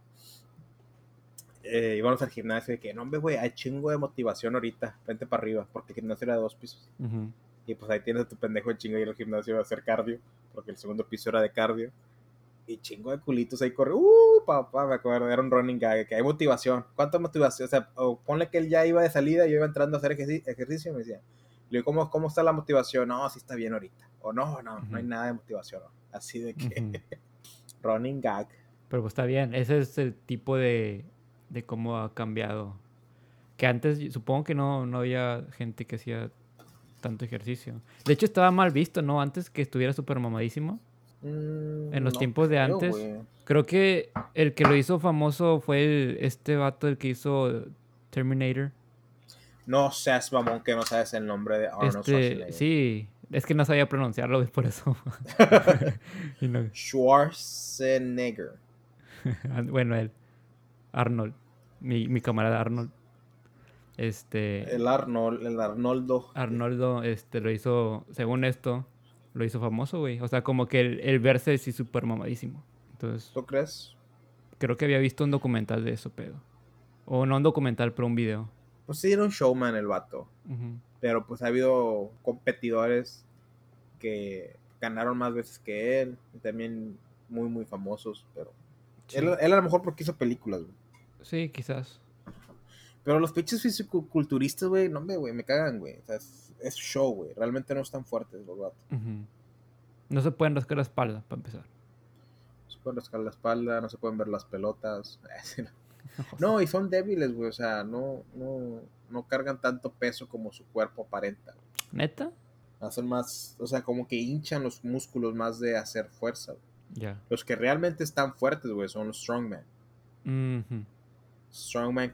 íbamos al gimnasio y que no, hombre, güey, hay chingo de motivación ahorita, vente para arriba, porque el gimnasio era de 2 pisos. Ujú. Y pues ahí tienes a tu pendejo el chingo y ir al gimnasio a hacer cardio, porque el segundo piso era de cardio. Y chingo de culitos ahí corre. Papá, me acuerdo, era un running gag, que hay motivación. ¿Cuánta motivación? O sea, ponle que él ya iba de salida, yo iba entrando a hacer ejercicio, y me decía, le digo, ¿cómo está la motivación? No, sí está bien ahorita. O no hay Ujú. nada de motivación. ¿No? Así de que, Ujú. running gag. Pero pues está bien, ese es el tipo de cómo ha cambiado. Que antes supongo que no había gente que hacía tanto ejercicio. De hecho, estaba mal visto, ¿no? Antes que estuviera súper mamadísimo. En los No tiempos de creo, antes. güey. Creo que el que lo hizo famoso fue este vato, el que hizo Terminator. No seas mamón que no sabes el nombre de Arnold Schwarzenegger. Sí, es que no sabía pronunciarlo, por eso. Y no- Schwarzenegger. Bueno, él, Arnold, mi camarada Arnold. Este, El Arnoldo. Arnoldo, lo hizo, según esto, lo hizo famoso, güey. O sea, como que el verse sí súper mamadísimo. Entonces, ¿Tú crees? creo que había visto un documental de eso, pedo. O no un documental, pero un video. Pues sí, era un showman el vato. Ujú. Pero pues ha habido competidores que ganaron más veces que él. Y también muy, muy famosos. Pero Sí, él a lo mejor porque hizo películas, güey. sí, quizás. Pero los pinches fisiculturistas, güey, no, güey, me cagan, güey. O sea, es show, güey. Realmente no están fuertes los vatos. Ujú. No se pueden rascar la espalda, para empezar. No se pueden rascar la espalda, no se pueden ver las pelotas. O sea, No, y son débiles, güey. O sea, no cargan tanto peso como su cuerpo aparenta. ¿neta? Hacen más, o sea, como que hinchan los músculos más de hacer fuerza, güey. Ya. Los que realmente están fuertes, güey, son los strongman. Ujú. Strongman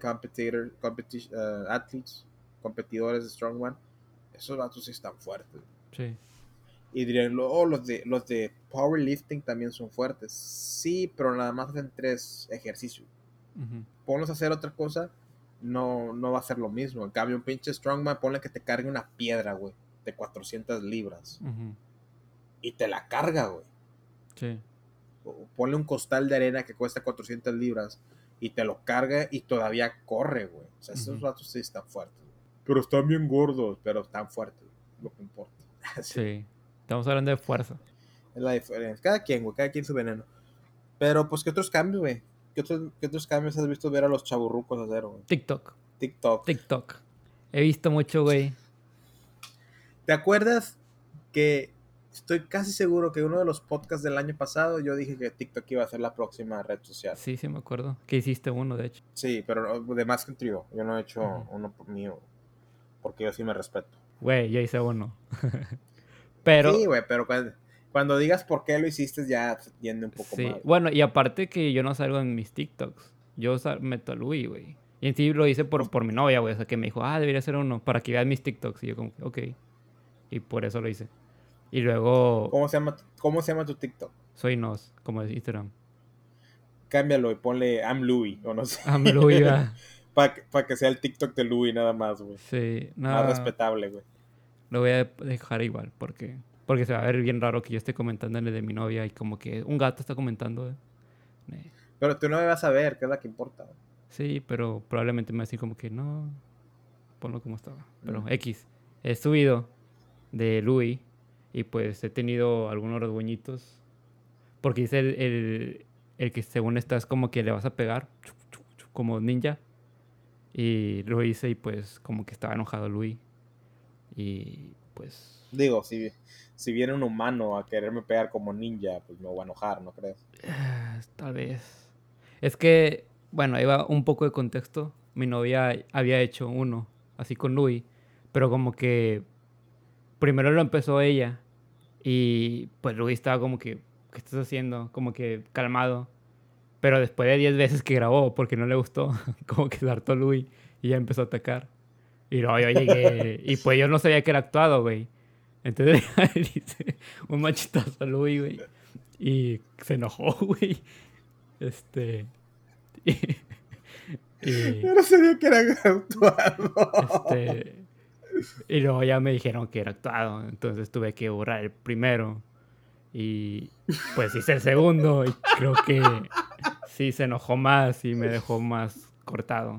athletes, competidores de strongman. Esos vatos sí están fuertes. Sí. Y dirían, oh, los de powerlifting también son fuertes. Sí, pero nada más hacen 3 ejercicios. Ujú. Ponlos a hacer otra cosa, no va a ser lo mismo. En cambio, un pinche strongman, ponle que te cargue una piedra, güey, de 400 libras. Ujú. Y te la carga, güey. Sí. O ponle un costal de arena que cuesta 400 libras y te lo carga y todavía corre, güey. O sea, esos Ujú. vatos sí están fuertes. Güey. Pero están bien gordos, pero están fuertes, güey, lo que importa. Sí, Sí. Estamos hablando de fuerza. es la diferencia. Cada quien, güey, cada quien su veneno. Pero, pues, ¿qué otros cambios, güey? ¿Qué otros cambios has visto ver a los chaburrucos hacer, güey? TikTok. TikTok. TikTok. He visto mucho, güey. ¿Te acuerdas que estoy casi seguro que uno de los podcasts del año pasado yo dije que TikTok iba a ser la próxima red social? Sí, sí me acuerdo. Que hiciste uno, de hecho. Sí, pero de más que un trío. Yo no he hecho Ujú. uno mío porque yo sí me respeto. Güey, yo hice uno. Pero, Sí, güey, pero cuando digas por qué lo hiciste ya se entiende un poco sí. más. Bueno, y aparte que yo no salgo en mis TikToks. Yo meto a Louis, güey. Y en sí lo hice Pues, por mi novia, güey. O sea, que me dijo, debería ser uno para que veas mis TikToks. Y yo como, ok. Y por eso lo hice. Y luego, ¿cómo se llama tu TikTok? soy Nos, como es Instagram. Cámbialo y ponle I'm Louis o no sé. Louis, va. Para que sea el TikTok de Louis nada más, güey. Sí, Más no, respetable, güey. lo voy a dejar igual porque se va a ver bien raro que yo esté comentándole de mi novia y como que un gato está comentando. Eh, Pero tú no me vas a ver, que es la que importa, güey. Sí, pero probablemente me va a decir como que no, ponlo como estaba. Pero Mm. X, he subido de Louis y pues he tenido algunos rasguñitos porque dice el que según estás como que le vas a pegar como ninja y lo hice y pues como que estaba enojado Louis y pues Digo, si viene un humano a quererme pegar como ninja, pues me voy a enojar, ¿no crees? tal vez. Es que, bueno, ahí va un poco de contexto. Mi novia había hecho uno, así con Louis, pero como que primero lo empezó ella y pues Louis estaba como que, ¿qué estás haciendo? Como que calmado. Pero después de 10 veces que grabó, porque no le gustó, como que se hartó Louis y ya empezó a atacar. Y luego yo llegué, y pues yo no sabía que era actuado, güey. Entonces le hice un machetazo a Louis, güey. Y se enojó, güey. Este. Y, Yo no sabía que era actuado. este. Y luego ya me dijeron que era actuado. Entonces tuve que borrar el primero. Y pues hice el segundo. Y creo que sí se enojó más y me dejó más cortado.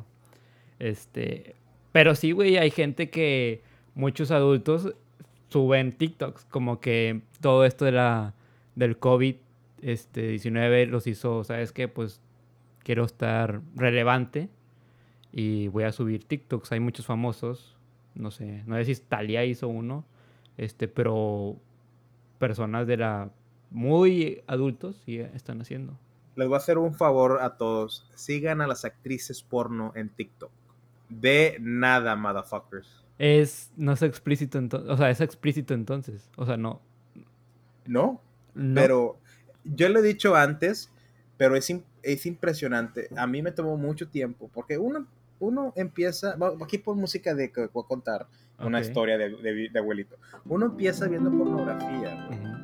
Pero sí, güey, hay gente que. Muchos adultos suben TikToks. Como que todo esto del COVID 19 los hizo, ¿sabes qué? Pues quiero estar relevante y voy a subir TikToks. Hay muchos famosos, no sé si Thalia hizo uno, pero personas de la muy adultos sí están haciendo. Les voy a hacer un favor a todos. Sigan a las actrices porno en TikTok. De nada, motherfuckers. No es explícito entonces, o sea, es explícito entonces, o sea, no, No, no, pero yo lo he dicho antes, pero es impresionante. A mí me tomó mucho tiempo, porque uno empieza, aquí por música de que voy a contar una ok, historia de abuelito. Uno empieza viendo pornografía, güey, ujú,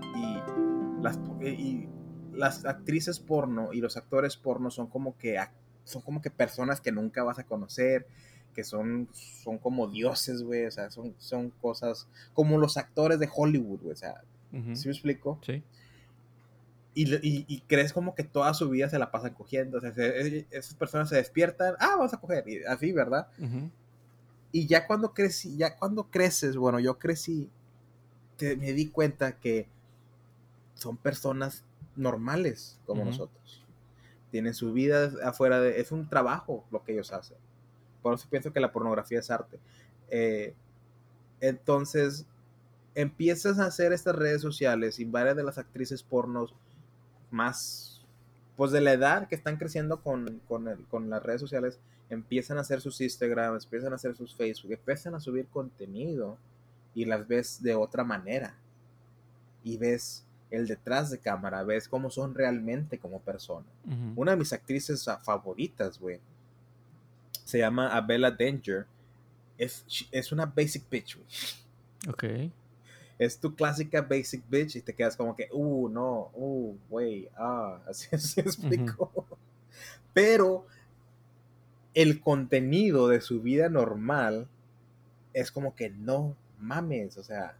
y las actrices porno y los actores porno son como que personas que nunca vas a conocer, que son como dioses, güey, o sea, son cosas como los actores de Hollywood, güey, o sea, ujú, ¿sí me explico? sí, Y crees como que toda su vida se la pasan cogiendo. O sea, esas personas se despiertan, vamos a coger, y así, ¿verdad? ujú, Y ya cuando creces, bueno, yo crecí, me di cuenta que son personas normales como ujú, nosotros. Tienen su vida afuera es un trabajo lo que ellos hacen. Por eso pienso que la pornografía es arte. Eh, entonces, empiezas a hacer estas redes sociales y varias de las actrices pornos más, pues de la edad que están creciendo con las redes sociales, empiezan a hacer sus Instagram, empiezan a hacer sus Facebook, empiezan a subir contenido y las ves de otra manera. Y ves el detrás de cámara, ves cómo son realmente como personas. ujú, Una de mis actrices favoritas, güey, se llama Abella Danger. Es una basic bitch, güey. ok, Es tu clásica basic bitch y te quedas como que, no, güey, así ujú, explico. Pero el contenido de su vida normal es como que no mames, o sea,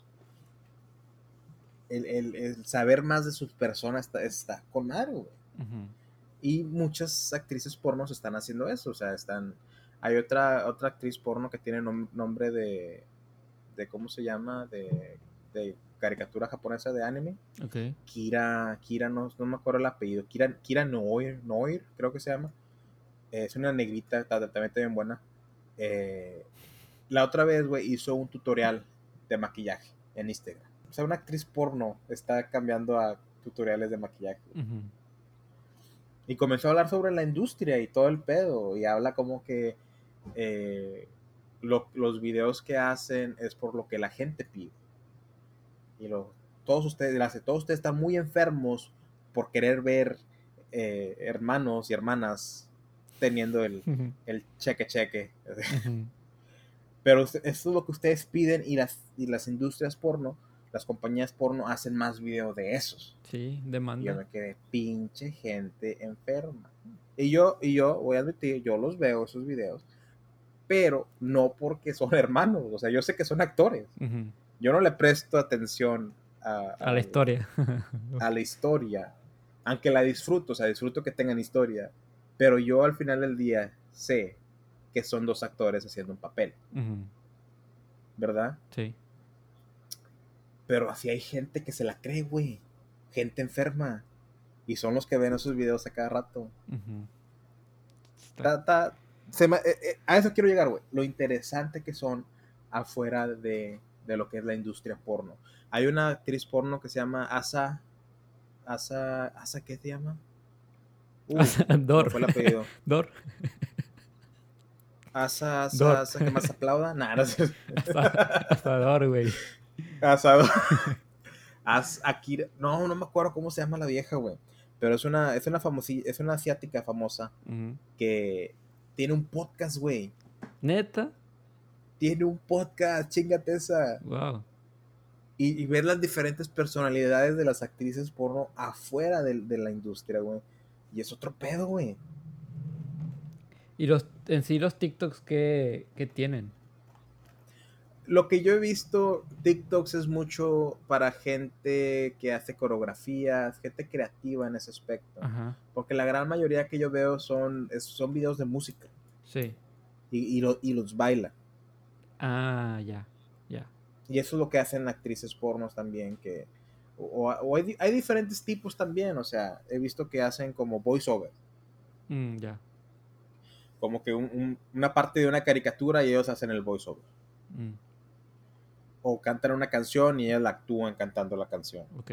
el saber más de sus personas está con algo, güey. ujú, Y muchas actrices pornos están haciendo eso, o sea, hay otra actriz porno que tiene nombre de, ¿cómo se llama? De caricatura japonesa de anime. ok, Kira, no me acuerdo el apellido, Kira Noir, creo que se llama. Es una negrita, también está bien buena. Eh, la otra vez, güey, hizo un tutorial de maquillaje en Instagram. O sea, una actriz porno está cambiando a tutoriales de maquillaje. ujú, Y comenzó a hablar sobre la industria y todo el pedo. Y habla como que eh, los videos que hacen es por lo que la gente pide. Y todos ustedes están muy enfermos por querer ver hermanos y hermanas teniendo ujú, el cheque. ujú, Pero eso es lo que ustedes piden y las industrias porno, las compañías porno hacen más videos de esos. sí, Y yo demanda, me quedé, pinche gente enferma. Y yo voy a admitir, yo los veo esos videos, pero no porque son hermanos. O sea, yo sé que son actores. ujú, Yo no le presto atención a, a la a- historia, a la historia, aunque la disfruto, o sea, disfruto que tengan historia. Pero yo al final del día sé que son dos actores haciendo un papel, ujú, ¿verdad? sí, Pero así hay gente que se la cree, güey. Gente enferma. Y son los que ven esos videos a cada rato. ujú, está, Ta, ta, a eso quiero llegar, güey. Lo interesante que son afuera de lo que es la industria porno. Hay una actriz porno que se llama Asa, ¿qué se llama? Se me Dor, fue el apellido. Dor, Dor, Asa, que más aplauda. Nah, no sé. hasta, hasta Dor, güey, Asado. Akira. No, no me acuerdo cómo se llama la vieja, güey. Pero es una asiática famosa ujú, que tiene un podcast, güey. neta, Tiene un podcast, chingate esa. wow, Y ver las diferentes personalidades de las actrices porno afuera de la industria, güey. Y es otro pedo, güey. y en sí los TikToks que tienen, Lo que yo he visto, TikToks es mucho para gente que hace coreografías, gente creativa en ese aspecto. ajá, Porque la gran mayoría que yo veo son videos de música sí, y los baila. ya, ya, Y eso es lo que hacen actrices pornos también, o hay diferentes tipos también, o sea, he visto que hacen como voiceover, ya, como que una parte de una caricatura y ellos hacen el voiceover. mm, O cantan una canción y ellas la actúan cantando la canción. ok,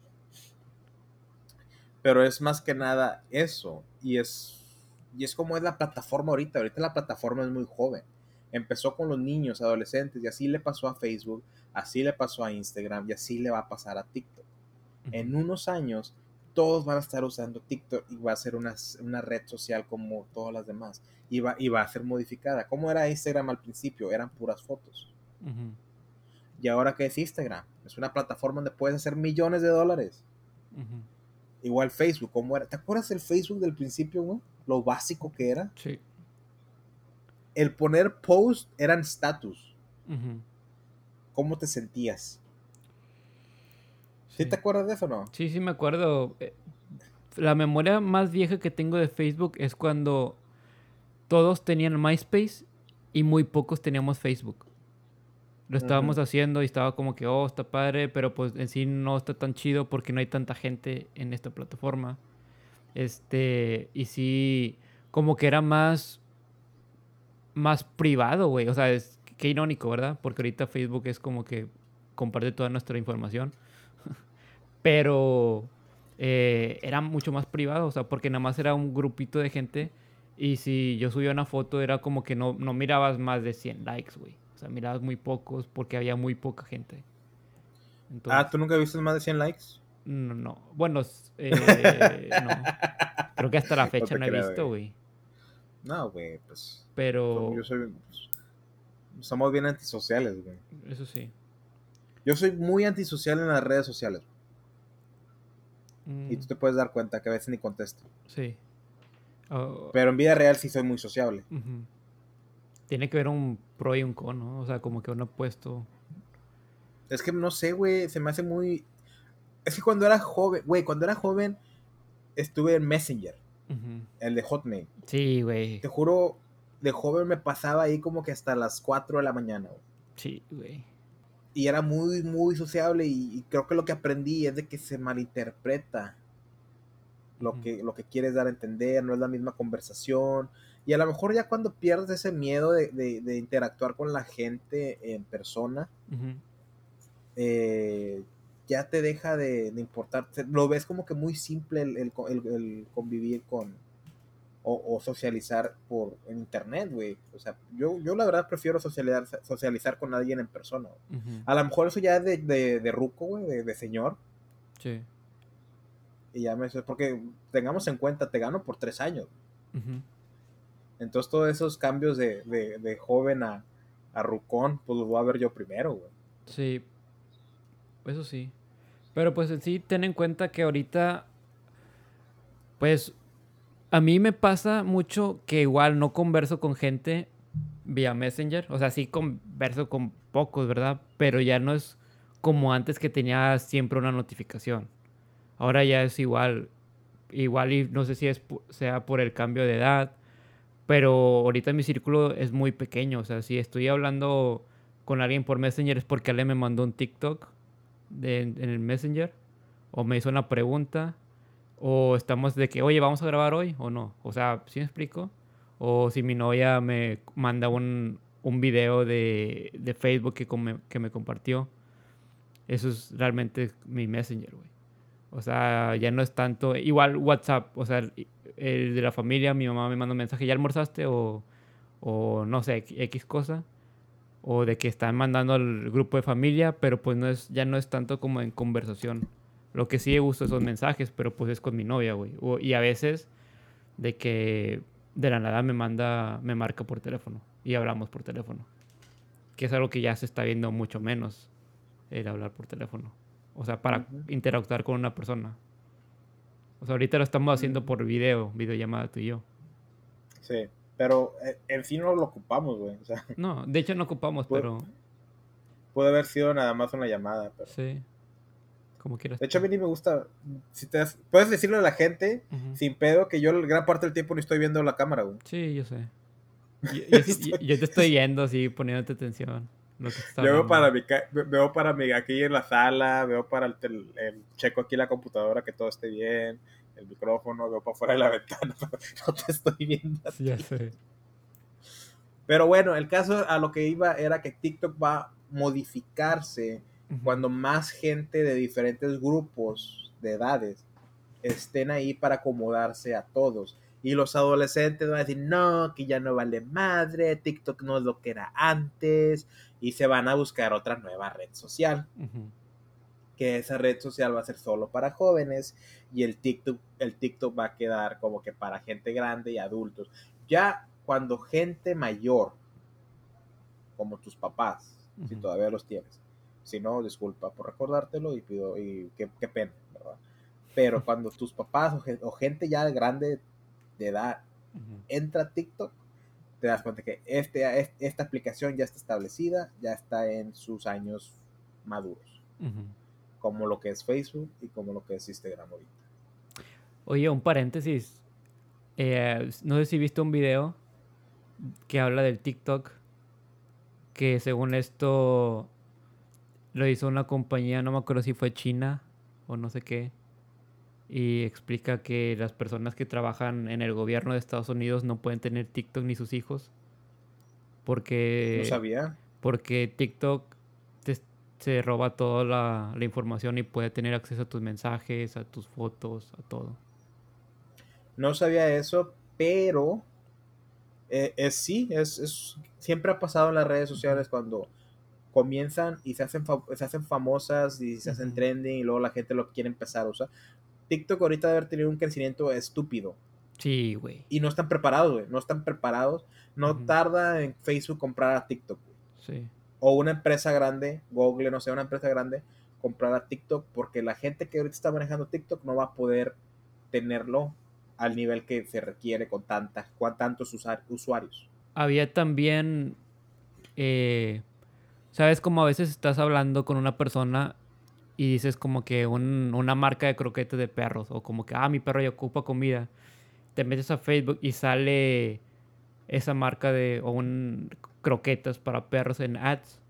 Pero es más que nada eso, y es como es la plataforma ahorita la plataforma es muy joven. Empezó con los niños, adolescentes, y así le pasó a Facebook, así le pasó a Instagram, y así le va a pasar a TikTok. En unos años, todos van a estar usando TikTok y va a ser una red social como todas las demás. Y va a ser modificada. ¿Cómo era Instagram al principio? Eran puras fotos. Ujú. ¿Y ahora qué es Instagram? Es una plataforma donde puedes hacer millones de dólares. Ujú. Igual Facebook, ¿cómo era? ¿Te acuerdas del Facebook del principio, güey? Lo básico que era. Sí. El poner post eran status. Ujú. ¿Cómo te sentías? ¿Sí te Sí. acuerdas de eso o no? Sí, sí me acuerdo. La memoria más vieja que tengo de Facebook es cuando todos tenían MySpace y muy pocos teníamos Facebook. Lo estábamos Ujú. haciendo y estaba como que, oh, está padre, pero pues en sí no está tan chido porque no hay tanta gente en esta plataforma. Y sí, como que era más privado, güey. O sea, qué irónico, ¿verdad? Porque ahorita Facebook es como que comparte toda nuestra información. Pero era mucho más privado, o sea, porque nada más era un grupito de gente. Y si yo subía una foto, era como que no mirabas más de 100 likes, güey. O sea, mirabas muy pocos porque había muy poca gente. Ah, Entonces, ¿tú nunca viste más de 100 likes? no, no. Bueno, no. Creo que hasta la No fecha te no he creo, visto, güey. güey. No, güey, pues yo Pero, soy... Somos bien antisociales, güey. eso sí. Yo soy muy antisocial en las redes sociales. Y Mm, tú te puedes dar cuenta que a veces ni contesto. sí. Oh, Pero en vida real sí soy muy sociable. ujú. Tiene que ver un pro y un con, ¿no? O sea, como que uno ha puesto... Es que no sé, güey, se me hace muy... Es que cuando era joven, güey, cuando era joven estuve en Messenger, Ujú. el de Hotmail. Sí, güey. Te juro, de joven me pasaba ahí como que hasta las 4 de la mañana, güey. Sí, güey. Y era muy, muy sociable y creo que lo que aprendí es de que se malinterpreta Ujú. lo que quieres dar a entender, no es la misma conversación. Y a lo mejor ya cuando pierdes ese miedo de interactuar con la gente en persona, Ujú. eh, ya te deja de importar. Lo ves como que muy simple el convivir con o socializar en internet, güey. O sea, yo la verdad prefiero socializar con alguien en persona, güey. Ujú. A lo mejor eso ya es de ruco, güey, de señor. Sí. Y ya porque tengamos en cuenta, te gano por 3 años. Ujú. Entonces todos esos cambios de joven a rucón, pues los voy a ver yo primero, güey. Sí, eso sí. Pero pues en sí, ten en cuenta que ahorita, pues a mí me pasa mucho que igual no converso con gente vía Messenger. O sea, sí converso con pocos, ¿verdad? Pero ya no es como antes que tenía siempre una notificación. Ahora ya es igual y no sé si sea por el cambio de edad, pero ahorita mi círculo es muy pequeño. O sea, si estoy hablando con alguien por Messenger es porque alguien me mandó un TikTok en el Messenger o me hizo una pregunta o estamos de que, oye, vamos a grabar hoy o no. O sea, ¿sí me explico? O si mi novia me manda un video de Facebook que me compartió. Eso es realmente mi Messenger, güey. O sea, ya no es tanto. Igual WhatsApp, o sea, el de la familia, mi mamá me manda un mensaje, ¿ya almorzaste? O no sé, X cosa. O de que están mandando al grupo de familia, pero pues ya no es tanto como en conversación. Lo que sí uso son mensajes, pero pues es con mi novia, güey. Y a veces de que de la nada me marca por teléfono y hablamos por teléfono. Que es algo que ya se está viendo mucho menos, el hablar por teléfono. O sea, para Ujú, interactuar con una persona. O sea, ahorita lo estamos haciendo ujú. por videollamada tú y yo. Sí, pero en sí no lo ocupamos, güey. O sea, No, de hecho no ocupamos, puede, pero puede haber sido nada más una llamada, pero... sí, como quieras De hecho, a tú. mí ni me gusta... Si puedes decirle a la gente, Ujú. sin pedo, que yo gran parte del tiempo no estoy viendo la cámara, güey. Sí, yo sé. Yo, sí, Estoy- yo te estoy viendo así, poniéndote atención. Lo que estás Yo veo hablando. veo para mi aquí en la sala, veo para checo aquí la computadora que todo esté bien, el micrófono, veo para afuera de la ventana, pero no te estoy viendo a Sí, ya ti. sé. Pero bueno, el caso a lo que iba era que TikTok va a modificarse Ujú. cuando más gente de diferentes grupos de edades estén ahí para acomodarse a todos. Y los adolescentes van a decir, no, que ya no vale madre, TikTok no es lo que era antes, y se van a buscar otra nueva red social, Ujú. que esa red social va a ser solo para jóvenes, y el TikTok va a quedar como que para gente grande y adultos. Ya cuando gente mayor, como tus papás, si Ujú. todavía los tienes, si no, disculpa por recordártelo y pido, y qué pena, ¿verdad? Pero cuando tus papás o gente ya grande de edad Ujú. entra a TikTok, te das cuenta que esta aplicación ya está establecida, ya está en sus años maduros, Ujú. como lo que es Facebook y como lo que es Instagram ahorita. Oye, un paréntesis. No sé si viste un video que habla del TikTok, que según esto lo hizo una compañía, no me acuerdo si fue China o no sé qué, y explica que las personas que trabajan en el gobierno de Estados Unidos no pueden tener TikTok ni sus hijos No porque, sabía, porque TikTok te- se roba toda la información y puede tener acceso a tus mensajes, a tus fotos, a todo. no sabía eso, pero sí, siempre ha pasado en las redes Ujú. sociales cuando comienzan y se hacen famosas y se hacen Ujú. trending y luego la gente lo quiere empezar a usar. TikTok ahorita debe haber tenido un crecimiento estúpido Sí, güey. y no están preparados, güey, no están preparados. No Ujú. tarda en Facebook comprar a TikTok, güey. Sí. O una empresa grande, Google, no sé, una empresa grande, comprar a TikTok porque la gente que ahorita está manejando TikTok no va a poder tenerlo al nivel que se requiere con tantos usuarios. Había también, eh, ¿sabes? Como a veces estás hablando con una persona y dices como que una marca de croquetes de perros o como que, mi perro ya ocupa comida. Te metes a Facebook y sale esa marca de, o un croquetas para perros en ads.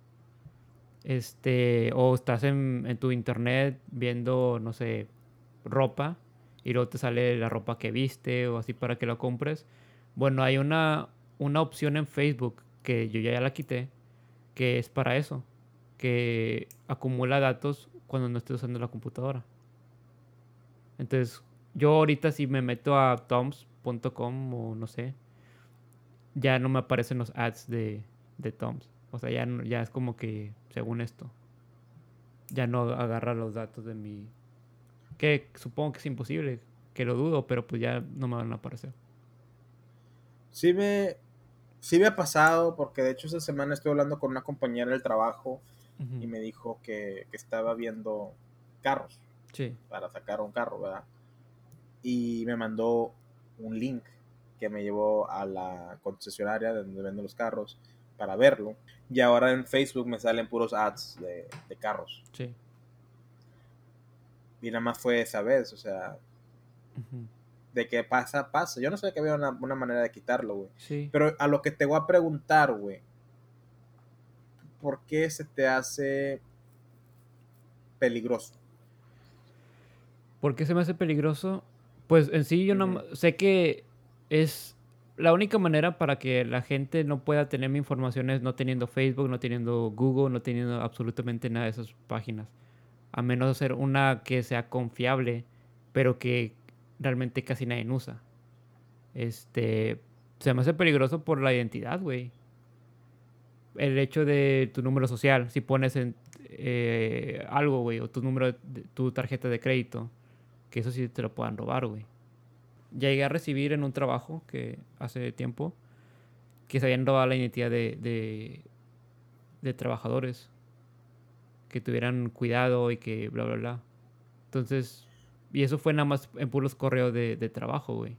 O estás en tu internet viendo, no sé, ropa y luego te sale la ropa que viste o así para que la compres. Bueno, hay una opción en Facebook que yo ya la quité, que es para eso, que acumula datos cuando no estés usando la computadora. Entonces, yo ahorita si me meto a toms.com o no sé, ya no me aparecen los ads de Toms. O sea, ya es como que, según esto, ya no agarra los datos de mi... Que supongo que es imposible, que lo dudo, pero pues ya no me van a aparecer. Sí me, sí me ha pasado porque de hecho esta semana estoy hablando con una compañera del trabajo y Ujú. me dijo que estaba viendo carros Sí. para sacar un carro, ¿verdad? Y me mandó un link que me llevó a la concesionaria donde venden los carros para verlo. Y ahora en Facebook me salen puros ads de carros. Sí. Y nada más fue esa vez, o sea, Ujú. de que pasa, pasa. Yo no sé que había una manera de quitarlo, güey. Sí. Pero a lo que te voy a preguntar, güey, ¿por qué se te hace peligroso? ¿Por qué se me hace peligroso? Pues en sí yo no Ujú. sé que es la única manera para que la gente no pueda tener mi información es no teniendo Facebook, no teniendo Google, no teniendo absolutamente nada de esas páginas. A menos de ser una que sea confiable, pero que realmente casi nadie usa. Este, Se me hace peligroso por la identidad, güey. El hecho de tu número social, si pones en algo, güey, o tu número, tu tarjeta de crédito, que eso sí te lo puedan robar, güey. Llegué a recibir en un trabajo que hace tiempo que se habían robado la identidad de trabajadores, que tuvieran cuidado y que bla, bla, bla. Entonces, y eso fue nada más en puros correos de trabajo, güey.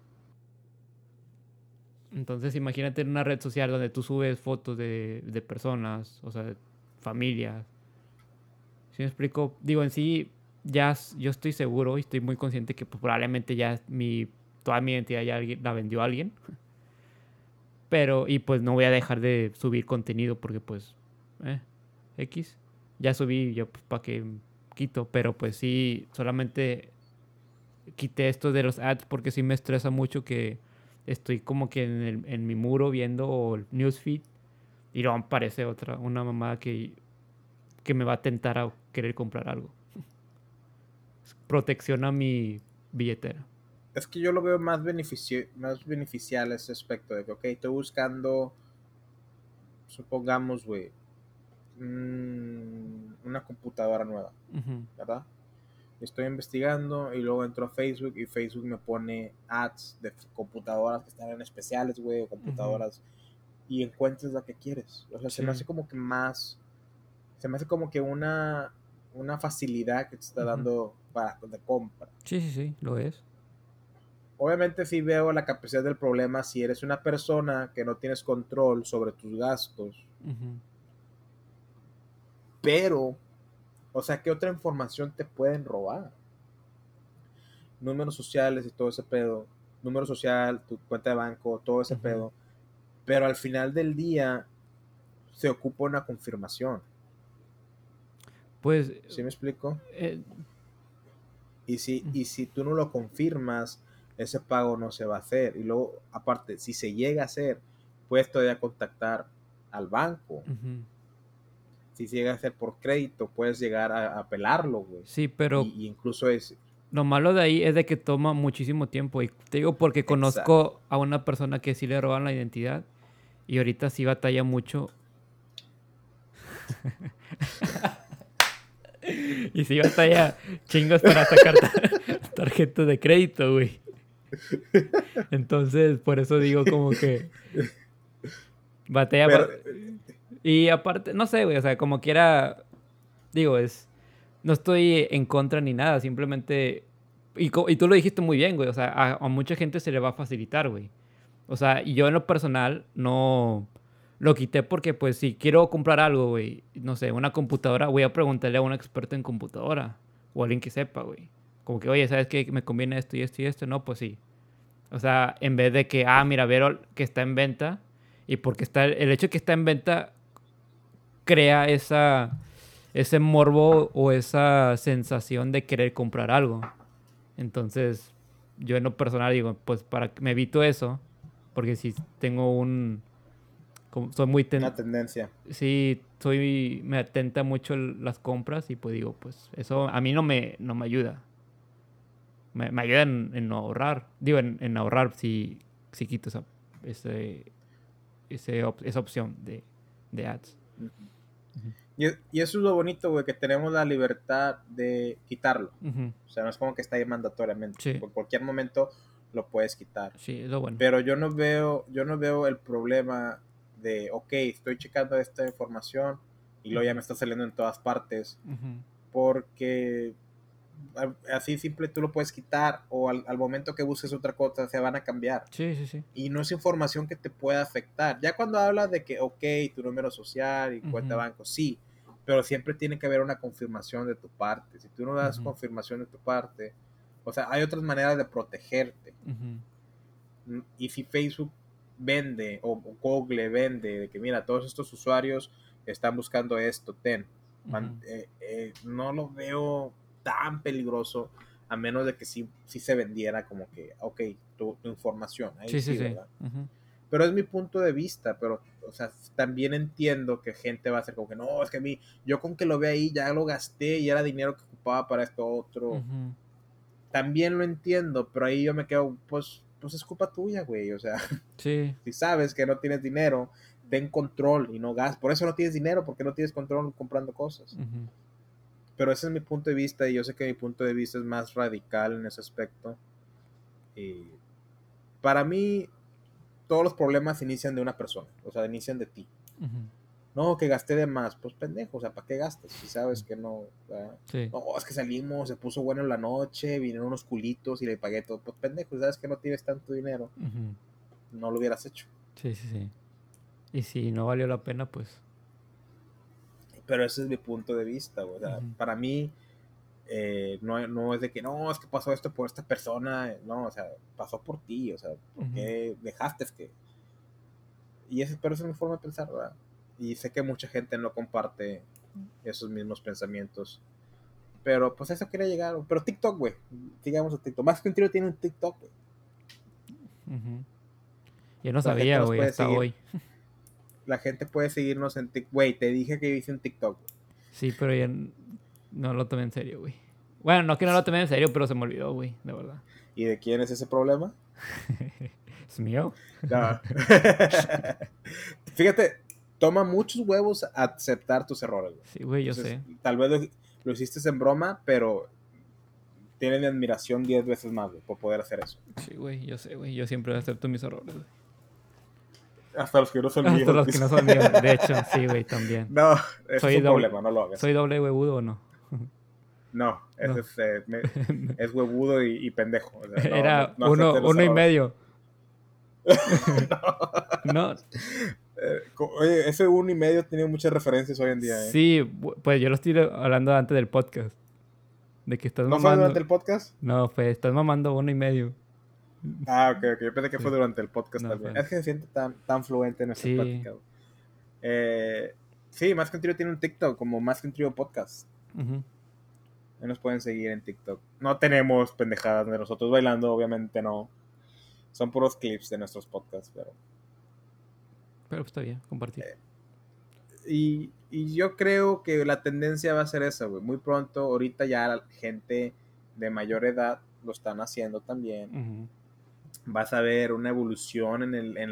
Entonces, imagínate en una red social donde tú subes fotos de personas, o sea, de familias. ¿Sí me explico? Digo, en sí, yo estoy seguro y estoy muy consciente que pues, probablemente ya toda mi identidad ya la vendió alguien. Pero, y pues no voy a dejar de subir contenido porque pues, eh, X. Ya subí, yo pues para qué quito. Pero pues sí, solamente quité esto de los ads porque sí me estresa mucho que estoy como que en mi muro viendo o el newsfeed y luego aparece una mamada que me va a tentar a querer comprar algo. Protección a mi billetera. Es que yo lo veo más beneficial ese aspecto de que, ok, estoy buscando, supongamos, güey, una computadora nueva, Ujú, ¿verdad? Estoy investigando y luego entro a Facebook y Facebook me pone ads de computadoras que están en especiales, güey, o ujú. computadoras y encuentres la que quieres. O sea, se me Sí. hace como que más, se me hace como que una facilidad que te está Ujú. dando para de compra. Sí, sí, sí, lo es. Obviamente sí veo la capacidad del problema si eres una persona que no tienes control sobre tus gastos, Ujú, pero, o sea, ¿qué otra información te pueden robar? Números sociales y todo ese pedo, número social, tu cuenta de banco, todo ese ujú. pedo, pero al final del día se ocupa una confirmación. Pues, ¿Sí me explico? eh, Y si tú no lo confirmas, ese pago no se va a hacer. Y luego, aparte, si se llega a hacer, puedes todavía contactar al banco. ujú. Si se llega a hacer por crédito, puedes llegar a apelarlo, güey. Sí, pero Y incluso es lo malo de ahí es de que toma muchísimo tiempo. Y te digo porque exacto. conozco a una persona que sí le roban la identidad y ahorita sí batalla mucho. Y sí batalla chingos para sacar tarjetas de crédito, güey. Entonces, por eso digo como que batalla. Pero, Y aparte, no sé, güey, o sea, como quiera, digo, no estoy en contra ni nada, simplemente, y tú lo dijiste muy bien, güey, o sea, a mucha gente se le va a facilitar, güey. O sea, y yo en lo personal no lo quité porque, pues, si quiero comprar algo, güey, no sé, una computadora, voy a preguntarle a un experto en computadora o a alguien que sepa, güey. Como que, oye, ¿sabes qué? Me conviene esto y esto y esto. No, pues sí. O sea, en vez de que, mira, ver que está en venta y porque el hecho de que está en venta crea ese morbo o esa sensación de querer comprar algo. Entonces, yo en lo personal digo, pues para que me evito eso, porque si tengo soy muy, una tendencia. sí, me atenta mucho las compras y pues digo, pues eso a mí no me ayuda. Me ayuda en no ahorrar. Digo, en ahorrar si quito ese, esa opción de ads. Ujú. Y eso es lo bonito, güey, que tenemos la libertad de quitarlo. Ujú. O sea, no es como que está ahí mandatoriamente. Sí, Por cualquier momento lo puedes quitar. sí, es lo bueno. Pero yo no veo el problema de, ok, estoy checando esta información y luego ya Ujú, me está saliendo en todas partes. ujú. Porque así simple tú lo puedes quitar o al momento que busques otra cosa se van a cambiar. Sí, sí, sí. Y no es información que te pueda afectar. Ya cuando hablas de que, ok, tu número social y cuenta de Ujú, banco, sí, pero siempre tiene que haber una confirmación de tu parte. Si tú no das ujú, confirmación de tu parte, o sea, hay otras maneras de protegerte. ujú, Y si Facebook vende o Google vende de que, mira, todos estos usuarios están buscando esto, ujú. no lo veo tan peligroso a menos de que sí se vendiera como que, ok, tu información, ahí Sí, sí, sí, sí. ¿verdad? Ujú, Pero es mi punto de vista, pero, o sea, también entiendo que gente va a ser como que, no, es que yo con que lo ve ahí ya lo gasté y era dinero que ocupaba para esto otro. ujú. También lo entiendo, pero ahí yo me quedo, pues es culpa tuya, güey, o sea, Sí. si sabes que no tienes dinero, ten control y no gastes. Por eso no tienes dinero, porque no tienes control comprando cosas. Ujú, Pero ese es mi punto de vista y yo sé que mi punto de vista es más radical en ese aspecto. Y para mí, todos los problemas inician de una persona, o sea, inician de ti. ujú. No, que gasté de más, pues pendejo, o sea, ¿para qué gastas? Si sabes que no, ¿verdad? Sí. No, es que salimos, se puso bueno en la noche, vinieron unos culitos y le pagué todo, pues pendejo, sabes que no tienes tanto dinero, Ujú. no lo hubieras hecho. Sí, sí, sí. Y si no valió la pena, pues. Pero ese es mi punto de vista, o sea, Ujú, para mí no es de que no, es que pasó esto por esta persona, no, o sea, pasó por ti, o sea, ¿por ujú, qué dejaste que? Pero esa es mi forma de pensar, ¿verdad? Y sé que mucha gente no comparte esos mismos pensamientos. Pero pues eso quería llegar. Pero TikTok, güey. Sigamos a TikTok. Más que un tiro tiene un TikTok, güey. ujú. Yo no La gente sabía, nos güey, puede hasta seguir. hoy. La gente puede seguirnos en TikTok. Güey, te dije que yo hice un TikTok, güey. Sí, pero no lo tomé en serio, güey. Bueno, no que no lo tomé en serio, pero se me olvidó, güey, de verdad. ¿Y de quién es ese problema? ¿Es mío? No. Fíjate, toma muchos huevos aceptar tus errores, güey. Sí, güey, yo Entonces, sé. tal vez lo hiciste en broma, pero tienen mi admiración 10 veces más, güey, por poder hacer eso. Sí, güey, yo sé, güey. Yo siempre acepto mis errores, güey. Hasta los que no son Hasta míos. los que no son míos. De hecho, sí, güey, también. No, eso es Soy un doble, problema, no lo hagas. ¿soy doble huevudo o no? No, ese No. es, es huevudo y pendejo. O sea, Era no aceptes los uno y errores. medio. No. Oye, ese 1.5 tiene muchas referencias hoy en día, ¿eh? Sí, pues yo lo estoy hablando antes del podcast. De que estás ¿No fue durante mamando. el podcast? No, pues estás mamando uno y medio. Ah, ok, ok. Yo pensé que Sí. fue durante el podcast No, también. pues. Es que se siente tan fluente en nuestra Sí. plática. Sí, Más que un Trío tiene un TikTok, como Más que un Trío Podcast. Ujú. Ahí nos pueden seguir en TikTok. No tenemos pendejadas de nosotros bailando, obviamente no. Son puros clips de nuestros podcasts, pero... Pero pues está bien, compartir. Y yo creo que la tendencia va a ser esa, güey. Muy pronto, ahorita ya la gente de mayor edad lo están haciendo también. Ujú. Vas a ver una evolución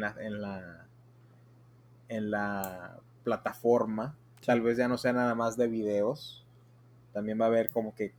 en la plataforma. Sí. Tal vez ya no sea nada más de videos. También va a haber como que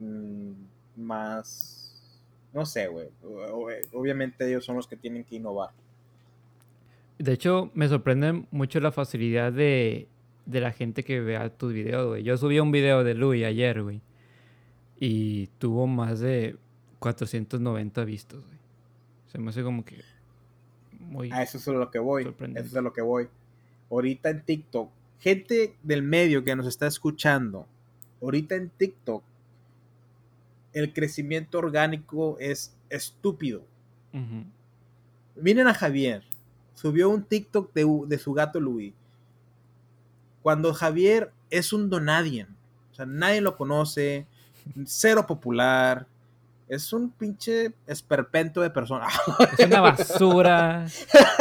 más... No sé, güey. Obviamente ellos son los que tienen que innovar. De hecho, me sorprende mucho la facilidad de la gente que vea tus videos, güey. Yo subí un video de Louis ayer, güey. Y tuvo más de 490 vistos, güey. Se me hace como que muy A eso es a lo que voy. Eso sorprendente. es a lo que voy. Ahorita en TikTok, gente del medio que nos está escuchando, ahorita en TikTok, el crecimiento orgánico es estúpido. Ujú. Miren a Javier, subió un TikTok de su gato Louis. Cuando Javier es un donadien, o sea, nadie lo conoce, cero popular, es un pinche esperpento de persona. Es una basura.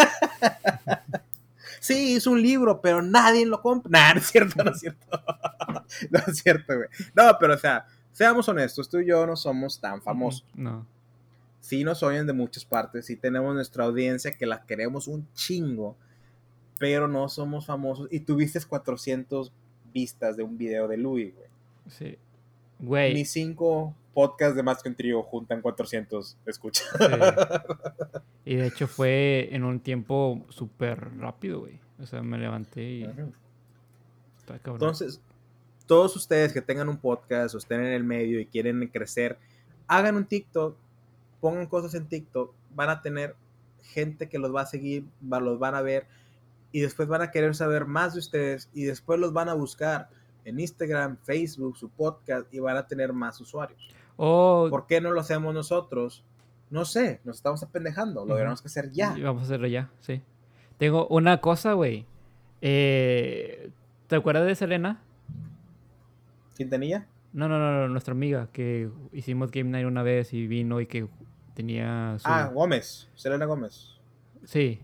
Sí, es un libro, pero nadie lo compra. Nah, no es cierto, no es cierto. No es cierto, güey. No, pero o sea, seamos honestos, tú y yo no somos tan famosos. No. Sí nos oyen de muchas partes, sí tenemos nuestra audiencia que la queremos un chingo, pero no somos famosos. Y tuviste 400 vistas de un video de Louis, güey. Sí. Güey. Ni 5 podcasts de Más que un Trío juntan 400 escuchas. Sí. Y de hecho fue en un tiempo súper rápido, güey. O sea, me levanté y... Está cabrón. Entonces, todos ustedes que tengan un podcast o estén en el medio y quieren crecer, hagan un TikTok, pongan cosas en TikTok, van a tener gente que los va a seguir, los van a ver y después van a querer saber más de ustedes y después los van a buscar en Instagram, Facebook, su podcast y van a tener más usuarios. ¿Por qué no lo hacemos nosotros? No sé, nos estamos apendejando, lo deberíamos que hacer ya. Vamos a hacerlo ya, sí. Tengo una cosa, güey. ¿Te acuerdas de Selena? ¿Quintanilla? No, nuestra amiga que hicimos Game Night una vez y vino y que tenía su... Gómez, Selena Gómez. Sí.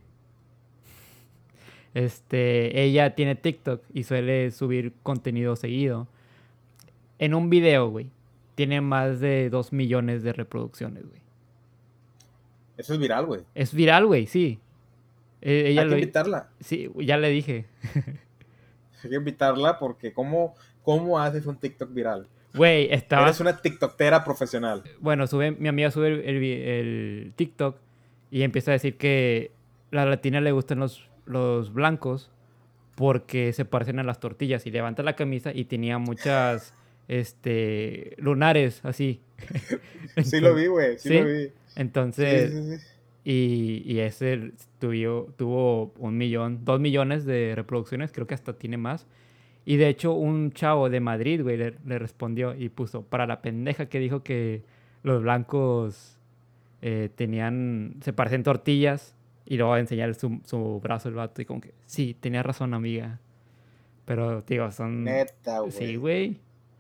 Ella tiene TikTok y suele subir contenido seguido. En un video, güey, tiene más de 2 millones de reproducciones, güey. Eso es viral, güey. Es viral, güey, sí. Ella Hay que invitarla. Sí, ya le dije. Hay que invitarla porque ¿cómo haces un TikTok viral? Güey, estaba... Eres una TikTokera profesional. Bueno, mi amiga sube el TikTok y empieza a decir que a la latina le gustan los blancos porque se parecen a las tortillas y levanta la camisa y tenía muchas lunares así. Sí lo vi, güey, sí ¿sí? lo vi. Entonces, Sí. y ese tuvo 1 millón, 2 millones de reproducciones, creo que hasta tiene más. Y de hecho, un chavo de Madrid, güey, le respondió y puso, para la pendeja que dijo que los blancos se parecen tortillas, y luego va a enseñar su brazo el vato, y como que, sí, tenía razón, amiga. Pero, digo, son... Neta, güey. Sí, güey.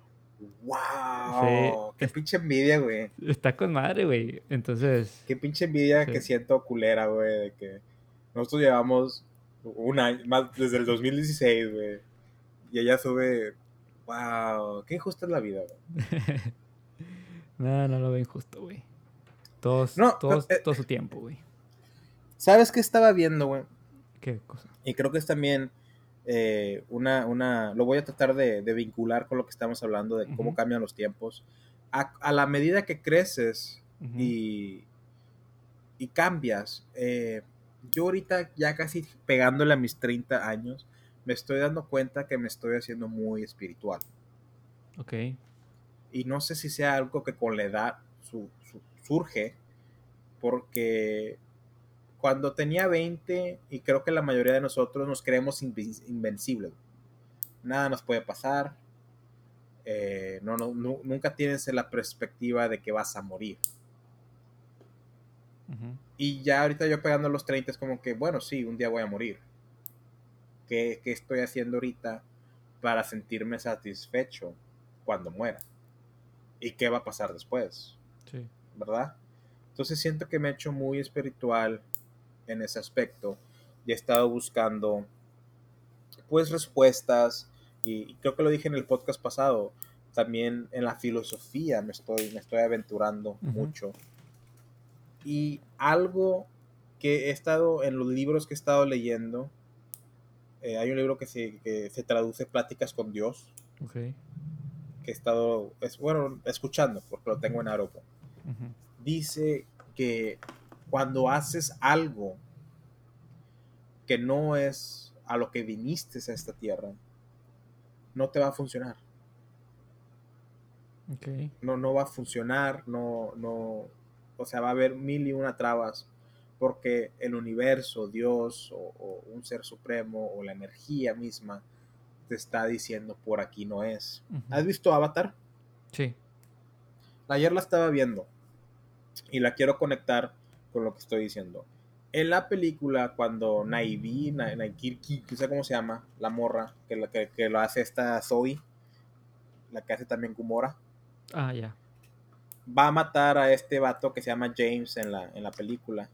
¡Wow! ¡Qué pinche envidia, güey! Está con madre, güey. Entonces... ¡Qué pinche envidia sí. que siento culera, güey! De que nosotros llevamos un año, más desde el 2016, güey. Y ella sube... ¡Wow! ¡Qué injusta es la vida, güey! No lo ven justo, güey. No, todo su tiempo, güey. ¿sabes qué estaba viendo, güey? ¿Qué cosa? Y creo que es también lo voy a tratar de vincular con lo que estamos hablando de cómo Ujú, cambian los tiempos. A la medida que creces ujú, y cambias, yo ahorita ya casi pegándole a mis 30 años, me estoy dando cuenta que me estoy haciendo muy espiritual. ok. Y no sé si sea algo que con la edad surge, porque cuando tenía 20, y creo que la mayoría de nosotros nos creemos invencibles. Nada nos puede pasar. Nunca tienes la perspectiva de que vas a morir. Ujú, Y ya ahorita yo pegando los 30 es como que, bueno, sí, un día voy a morir. ¿Qué estoy haciendo ahorita para sentirme satisfecho cuando muera? ¿Y qué va a pasar después? sí. ¿Verdad? Entonces siento que me he hecho muy espiritual en ese aspecto y he estado buscando pues respuestas y creo que lo dije en el podcast pasado, también en la filosofía me estoy aventurando Ujú, mucho. Y algo que he estado en los libros que he estado leyendo, hay un libro que se traduce Pláticas con Dios, ok. que he estado, bueno, escuchando, porque lo tengo en árabe. Ujú, Dice que cuando haces algo que no es a lo que viniste a esta tierra, no te va a funcionar. ok. No va a funcionar, o sea, va a haber mil y una trabas, porque el universo, Dios, o un ser supremo, o la energía misma, te está diciendo por aquí no es. Ujú, ¿Has visto Avatar? sí. Ayer la estaba viendo y la quiero conectar con lo que estoy diciendo. En la película, cuando Naikirki, no sé cómo se llama, la morra, que lo hace esta Zoe, la que hace también Kumora, Ah, ya. va a matar a este vato que se llama James en la película.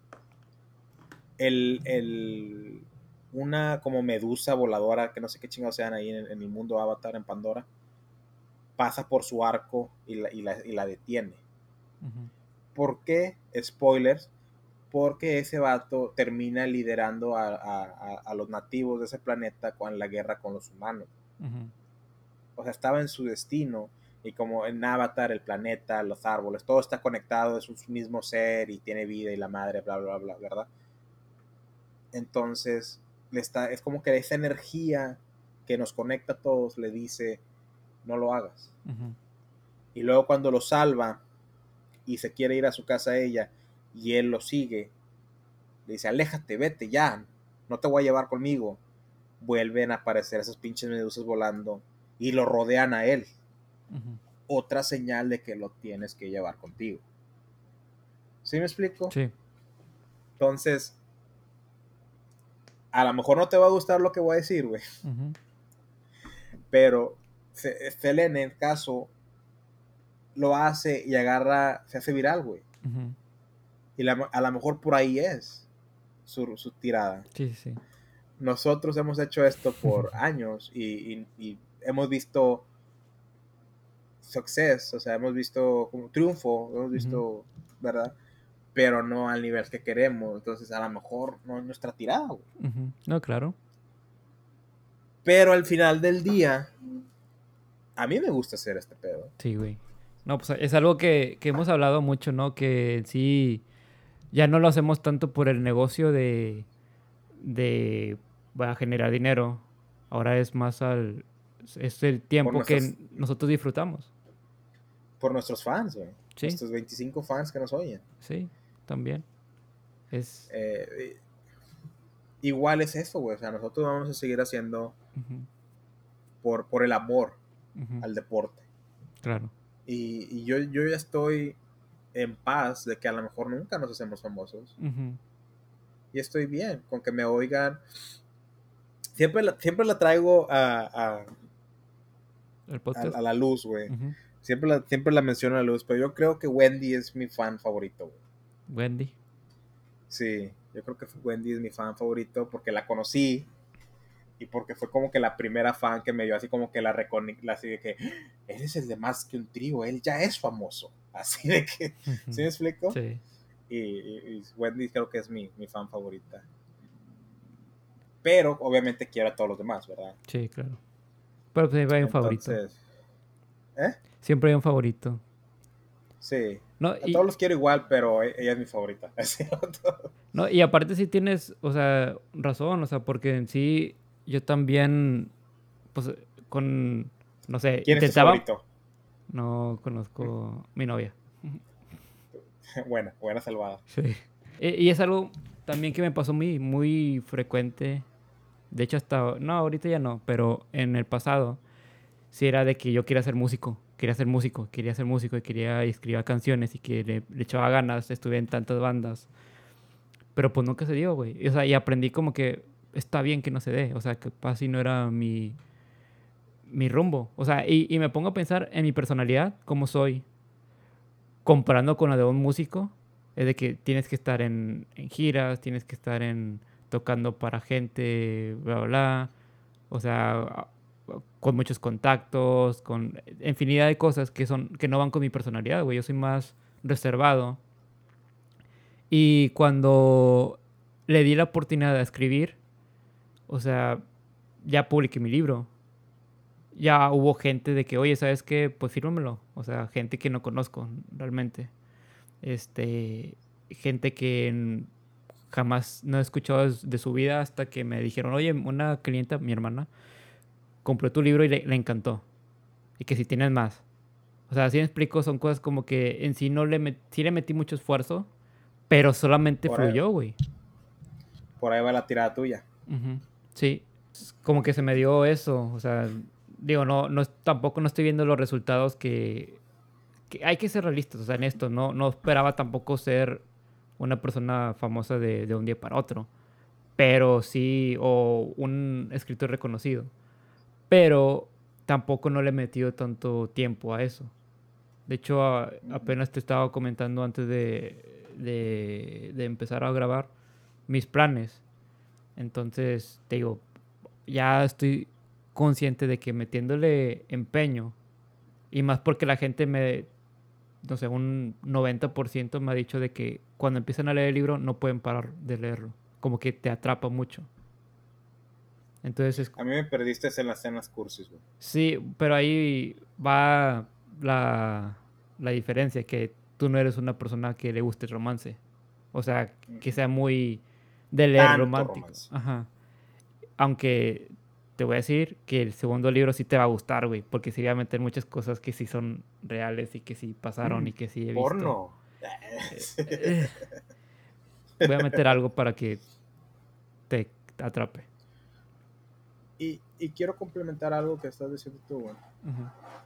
Una como medusa voladora, que no sé qué chingados sean ahí en el mundo Avatar, en Pandora, pasa por su arco y la detiene. Ujú, ¿Por qué? Spoilers. Porque ese vato termina liderando a los nativos de ese planeta con la guerra con los humanos. ujú, O sea, estaba en su destino. Y como en Avatar, el planeta, los árboles, todo está conectado, es un mismo ser y tiene vida y la madre, bla, bla, bla, ¿verdad? Entonces, es como que esa energía que nos conecta a todos le dice, no lo hagas. ujú, Y luego cuando lo salva y se quiere ir a su casa ella y él lo sigue, le dice, aléjate, vete ya, no te voy a llevar conmigo. Vuelven a aparecer esas pinches medusas volando y lo rodean a él. ujú. Otra señal de que lo tienes que llevar contigo. ¿Sí me explico? Sí. Entonces, a lo mejor no te va a gustar lo que voy a decir, güey, Ujú, pero Selene, en el caso, lo hace y agarra, se hace viral, güey. ujú. Y a lo mejor por ahí es su tirada. Sí, sí, sí. Nosotros hemos hecho esto por años y hemos visto success, o sea, hemos visto como triunfo, hemos Ujú, visto, ¿verdad? Pero no al nivel que queremos. Entonces, a lo mejor no es nuestra tirada, güey. ujú. No, claro. Pero al final del día, a mí me gusta hacer este pedo. Sí, güey. No, pues es algo que hemos hablado mucho, ¿no? Que en sí ya no lo hacemos tanto por el negocio de va a generar dinero. Ahora es más es el Por tiempo que nuestros, nosotros disfrutamos. por nuestros fans, güey. Sí, Nuestros 25 fans que nos oyen. sí, también. Es. Eh, igual es eso, güey. O sea, nosotros vamos a seguir haciendo Ujú, por el amor ujú, al deporte. claro. Y yo ya estoy en paz de que a lo mejor nunca nos hacemos famosos. Ujú. Y estoy bien con que me oigan. Siempre la traigo El a podcast. la luz, güey. Ujú. Siempre la menciono a la luz, pero yo creo que Wendy es mi fan favorito, güey. Wendy. Sí, yo creo que Wendy es mi fan favorito porque la conocí y porque fue como que la primera fan que me dio así como que así de que él es el de Más que un trío, él ya es famoso. Así de que, ¿sí Ujú. me explico? Sí. y Wendy creo que es mi fan favorita. Pero obviamente quiero a todos los demás, ¿verdad? Sí, claro. Pero pues siempre hay un favorito. Entonces, ¿eh? Siempre hay un favorito. Sí. No, A todos los quiero igual, pero ella es mi favorita. Así, no, y aparte sí tienes, o sea, razón, o sea, porque en sí yo también, pues, no sé, ¿Quién es tu intentaba, favorito? no conozco mi novia. Buena salvada. Sí. Y es algo también que me pasó muy, muy frecuente. De hecho, hasta, no, ahorita ya no, pero en el pasado sí era de que yo quería ser músico, quería ser músico, quería ser músico y quería escribir canciones y que le echaba ganas, estuve en tantas bandas, pero pues nunca se dio, güey. O sea, y aprendí como que está bien que no se dé, o sea, que casi no era mi rumbo. O sea, y me pongo a pensar en mi personalidad, cómo soy, comparando con la de un músico, es de que tienes que estar en giras, tienes que estar tocando para gente, bla, bla, bla. O sea, con muchos contactos, con infinidad de cosas que no van con mi personalidad, güey. Yo soy más reservado. Y cuando le di la oportunidad de escribir, o sea, ya publiqué mi libro. Ya hubo gente de que, oye, ¿sabes qué? Pues fírmamelo. O sea, gente que no conozco realmente. Gente que jamás no he escuchado de su vida hasta que me dijeron, oye, una clienta, mi hermana, compró tu libro y le encantó. Y que si tienes más. O sea, si me explico, son cosas como que en sí sí le metí mucho esfuerzo, pero solamente Por ahí, fluyó, güey. por ahí va la tirada tuya. Ujú. Sí, como que se me dio eso. O sea, digo, tampoco no estoy viendo los resultados que hay que ser realistas, o sea, en esto. No esperaba tampoco ser una persona famosa de un día para otro, pero sí, o un escritor reconocido. Pero tampoco no le he metido tanto tiempo a eso. De hecho, apenas te estaba comentando antes de empezar a grabar mis planes. Entonces, te digo, ya estoy consciente de que metiéndole empeño, y más porque la gente no sé, un 90% me ha dicho de que cuando empiezan a leer el libro no pueden parar de leerlo. Como que te atrapa mucho. Entonces, A mí me perdiste en las cenas cursis, güey. sí, pero ahí va la diferencia, que tú no eres una persona que le guste el romance. O sea, que sea muy de leer Tanto romántico. romance. Ajá. Aunque te voy a decir que el segundo libro sí te va a gustar, güey, porque sí voy a meter muchas cosas que sí son reales y que sí pasaron y que sí he visto. Porno. Eh, Voy a meter algo para que te atrape. Y quiero complementar algo que estás diciendo tú, güey. Ujú.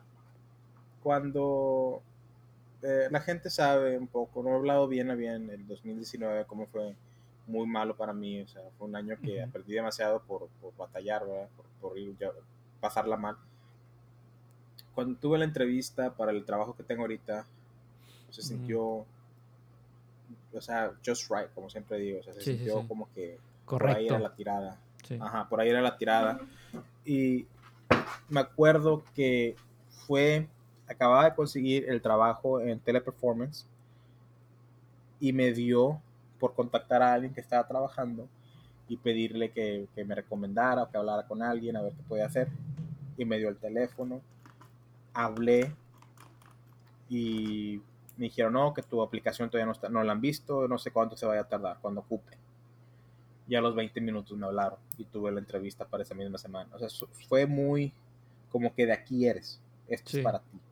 Cuando la gente sabe un poco, no he hablado bien a bien el 2019, cómo fue muy malo para mí, o sea, fue un año que Ujú. aprendí demasiado por batallar, ¿verdad? Pasarla mal. Cuando tuve la entrevista para el trabajo que tengo ahorita, se Mm. sintió, o sea, just right, como siempre digo, o sea, se Sí, sí, sintió sí. como que por ahí era Correcto. la tirada. Sí. Ajá, por ahí era la tirada. Y me acuerdo que acababa de conseguir el trabajo en Teleperformance y me dio por contactar a alguien que estaba trabajando y pedirle que me recomendara o que hablara con alguien a ver qué podía hacer. Y me dio el teléfono, hablé y me dijeron, no, que tu aplicación todavía no la han visto, no sé cuánto se vaya a tardar, cuando ocupe. Y a los 20 minutos me hablaron y tuve la entrevista para esa misma semana. O sea, fue muy como que de aquí eres, esto es Sí. para ti.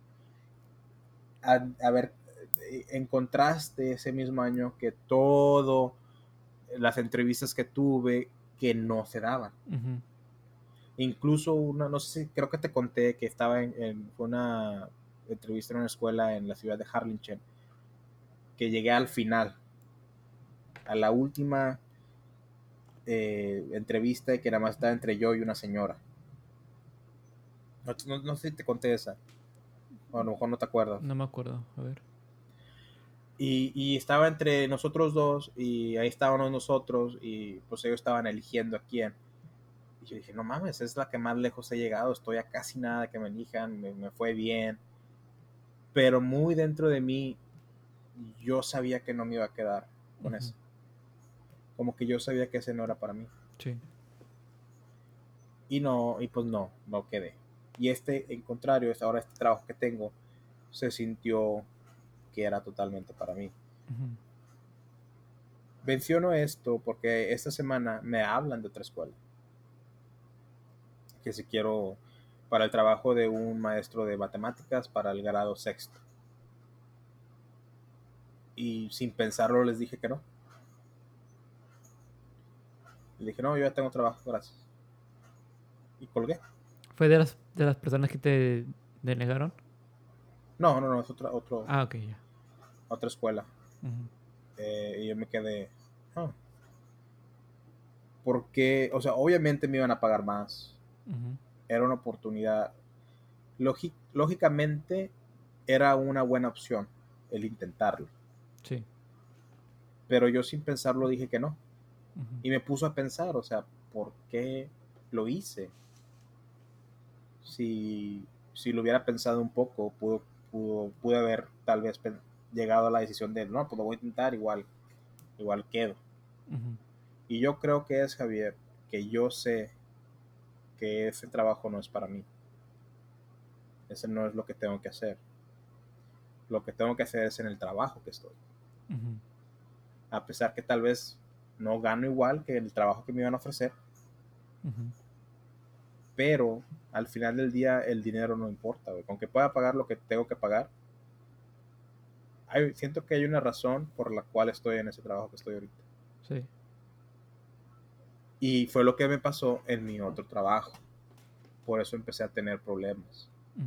A ver, encontraste ese mismo año que todo las entrevistas que tuve que no se daban. Ujú. Incluso una, no sé si creo que te conté que estaba fue una entrevista en una escuela en la ciudad de Harlingen, que llegué al final, a la última entrevista que nada más estaba entre yo y una señora. No sé si te conté esa, o a lo mejor no te acuerdas. No me acuerdo. A ver. Y estaba entre nosotros dos y ahí estábamos nosotros y pues ellos estaban eligiendo a quién. Y yo dije, no mames, es la que más lejos he llegado, estoy a casi nada que me elijan, me fue bien. Pero muy dentro de mí yo sabía que no me iba a quedar con eso. Como que yo sabía que ese no era para mí. Sí. Y pues no quedé. Y en contrario, ahora este trabajo que tengo, se sintió que era totalmente para mí. Menciono esto porque esta semana me hablan de otra escuela. Que si quiero para el trabajo de un maestro de matemáticas para el grado sexto. Y sin pensarlo les dije que no. Le dije, no, yo ya tengo trabajo, gracias. Y colgué. ¿Fue de las personas que te denegaron? No, es Ah, ok, ya. otra escuela. Y yo me quedé, ah, porque, o sea, obviamente me iban a pagar más. Era una oportunidad. Lógicamente, era una buena opción el intentarlo. Sí. Pero yo sin pensarlo dije que no. Y me puso a pensar, o sea, ¿por qué lo hice? Si lo hubiera pensado un poco, pude haber tal vez llegado a la decisión de, no, pues lo voy a intentar, igual quedo. Y yo creo que es, Javier, que yo sé que ese trabajo no es para mí. Ese no es lo que tengo que hacer. Lo que tengo que hacer es en el trabajo que estoy. A pesar que tal vez no gano igual que el trabajo que me iban a ofrecer, pero al final del día el dinero no importa, güey. Aunque pueda pagar lo que tengo que pagar, siento que hay una razón por la cual estoy en ese trabajo que estoy ahorita. Sí. Y fue lo que me pasó en mi otro trabajo. Por eso empecé a tener problemas.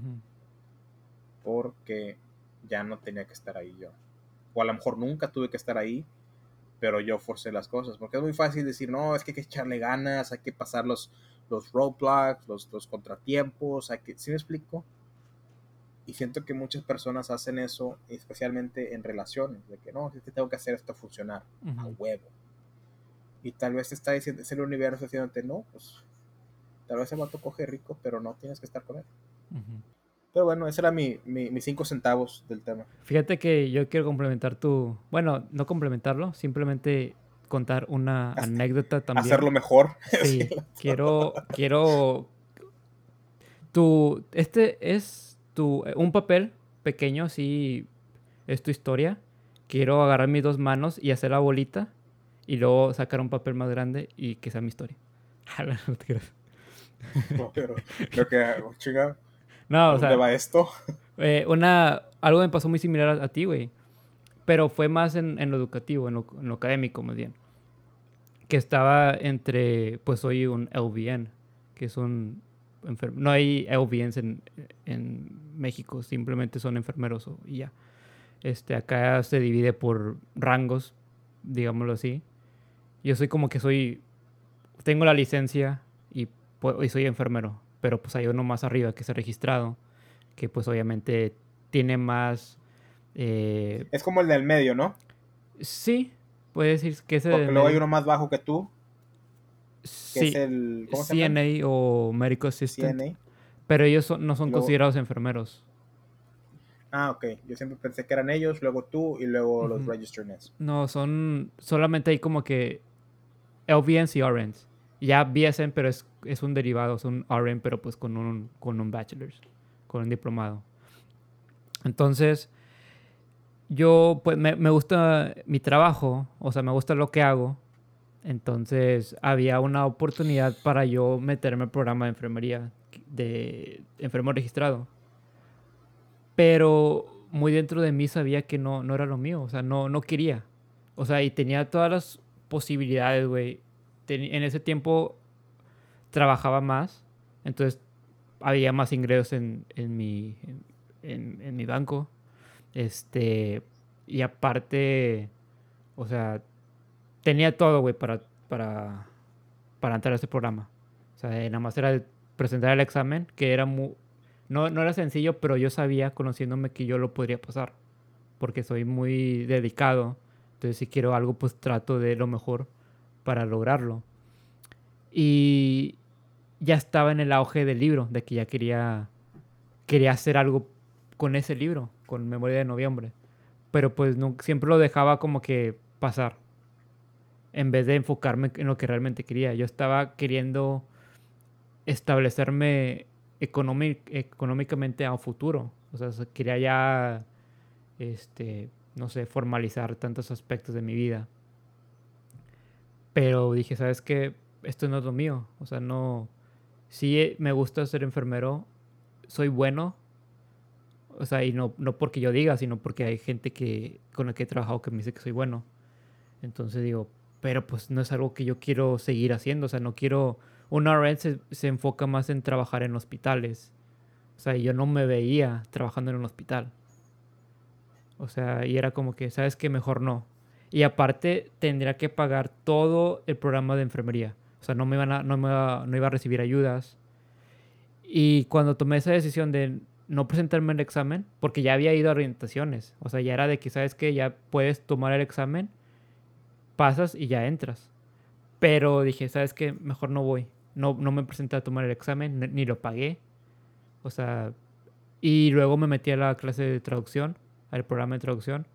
Porque ya no tenía que estar ahí yo. O a lo mejor nunca tuve que estar ahí, pero yo forcé las cosas. Porque es muy fácil decir, no, es que hay que echarle ganas, hay que pasar los roadblocks, los contratiempos, ¿sí me explico? Y siento que muchas personas hacen eso, especialmente en relaciones, de que no, es que tengo que hacer esto funcionar a huevo. Y tal vez te está diciendo, es el universo diciéndote, no, pues tal vez el vato coge rico, pero no tienes que estar con él. Pero bueno, ese era mis 5 centavos del tema. Fíjate que yo quiero complementar bueno, no complementarlo, simplemente contar una anécdota también. Hacerlo mejor. Sí, quiero este es un papel pequeño, así es tu historia. Quiero agarrar mis dos manos y hacer la bolita y luego sacar un papel más grande y que sea mi historia. No te creas. No, pero lo que, chica, No, ¿a o dónde sea, va esto? algo me pasó muy similar a ti, güey. Pero fue más en lo educativo, en lo académico más bien. Que estaba pues soy un LVN, que es un enfermo. No hay LVNs en México, simplemente son enfermeros y ya. Acá se divide por rangos, digámoslo así. Yo soy como que tengo la licencia y soy enfermero, pero pues hay uno más arriba que es el registrado, que pues obviamente tiene más... Es como el del medio, ¿no? sí, puede decir que ese de Porque luego hay medio. uno más bajo que tú, que es Sí, el, ¿cómo se llaman? CNA o Medical Assistant, CNA. pero ellos no Y son luego, considerados enfermeros. ok, yo siempre pensé que eran ellos, luego tú y luego los Ujú. Registered Nurses. No, solamente hay como que LVNs y RNs. Ya BSN, pero es un derivado, es un RN, pero pues con un bachelor's, con un diplomado. Entonces, yo pues me gusta mi trabajo, o sea, me gusta lo que hago. Entonces, había una oportunidad para yo meterme al programa de enfermería, de enfermo registrado. Pero muy dentro de mí sabía que no era lo mío, o sea, no quería. O sea, y tenía todas las posibilidades, güey. En ese tiempo trabajaba más, entonces había más ingresos en mi banco. Y aparte, o sea, tenía todo, güey, para entrar a ese programa. O sea, nada más era presentar el examen, que era no era sencillo, pero yo sabía, conociéndome, que yo lo podría pasar. Porque soy muy dedicado. Entonces, si quiero algo, pues trato de lo mejor para lograrlo. Y ya estaba en el auge del libro, de que ya quería hacer algo con ese libro, con Memoria de Noviembre. pero pues siempre lo dejaba como que pasar, en vez de enfocarme en lo que realmente quería. Yo estaba queriendo establecerme económicamente a un futuro. O sea, quería ya, no sé, formalizar tantos aspectos de mi vida. Pero dije, ¿sabes qué? Esto no es lo mío. O sea, no... Sí, me gusta ser enfermero, soy bueno. O sea, y no porque yo diga, sino porque hay gente con la que he trabajado que me dice que soy bueno. Entonces digo, pero pues no es algo que yo quiero seguir haciendo. O sea, no quiero... Un RN se enfoca más en trabajar en hospitales. O sea, yo no me veía trabajando en un hospital. O sea, y era como que, ¿sabes qué? Mejor no. Y aparte, tendría que pagar todo el programa de enfermería. O sea, no iba a recibir ayudas. Y cuando tomé esa decisión de no presentarme el examen, porque ya había ido a orientaciones. O sea, ya era de que, ¿sabes qué? Ya puedes tomar el examen, pasas y ya entras. Pero dije, ¿sabes qué? Mejor no voy. No me presenté a tomar el examen, ni lo pagué. O sea, y luego me metí a la clase de traducción, al programa de traducción.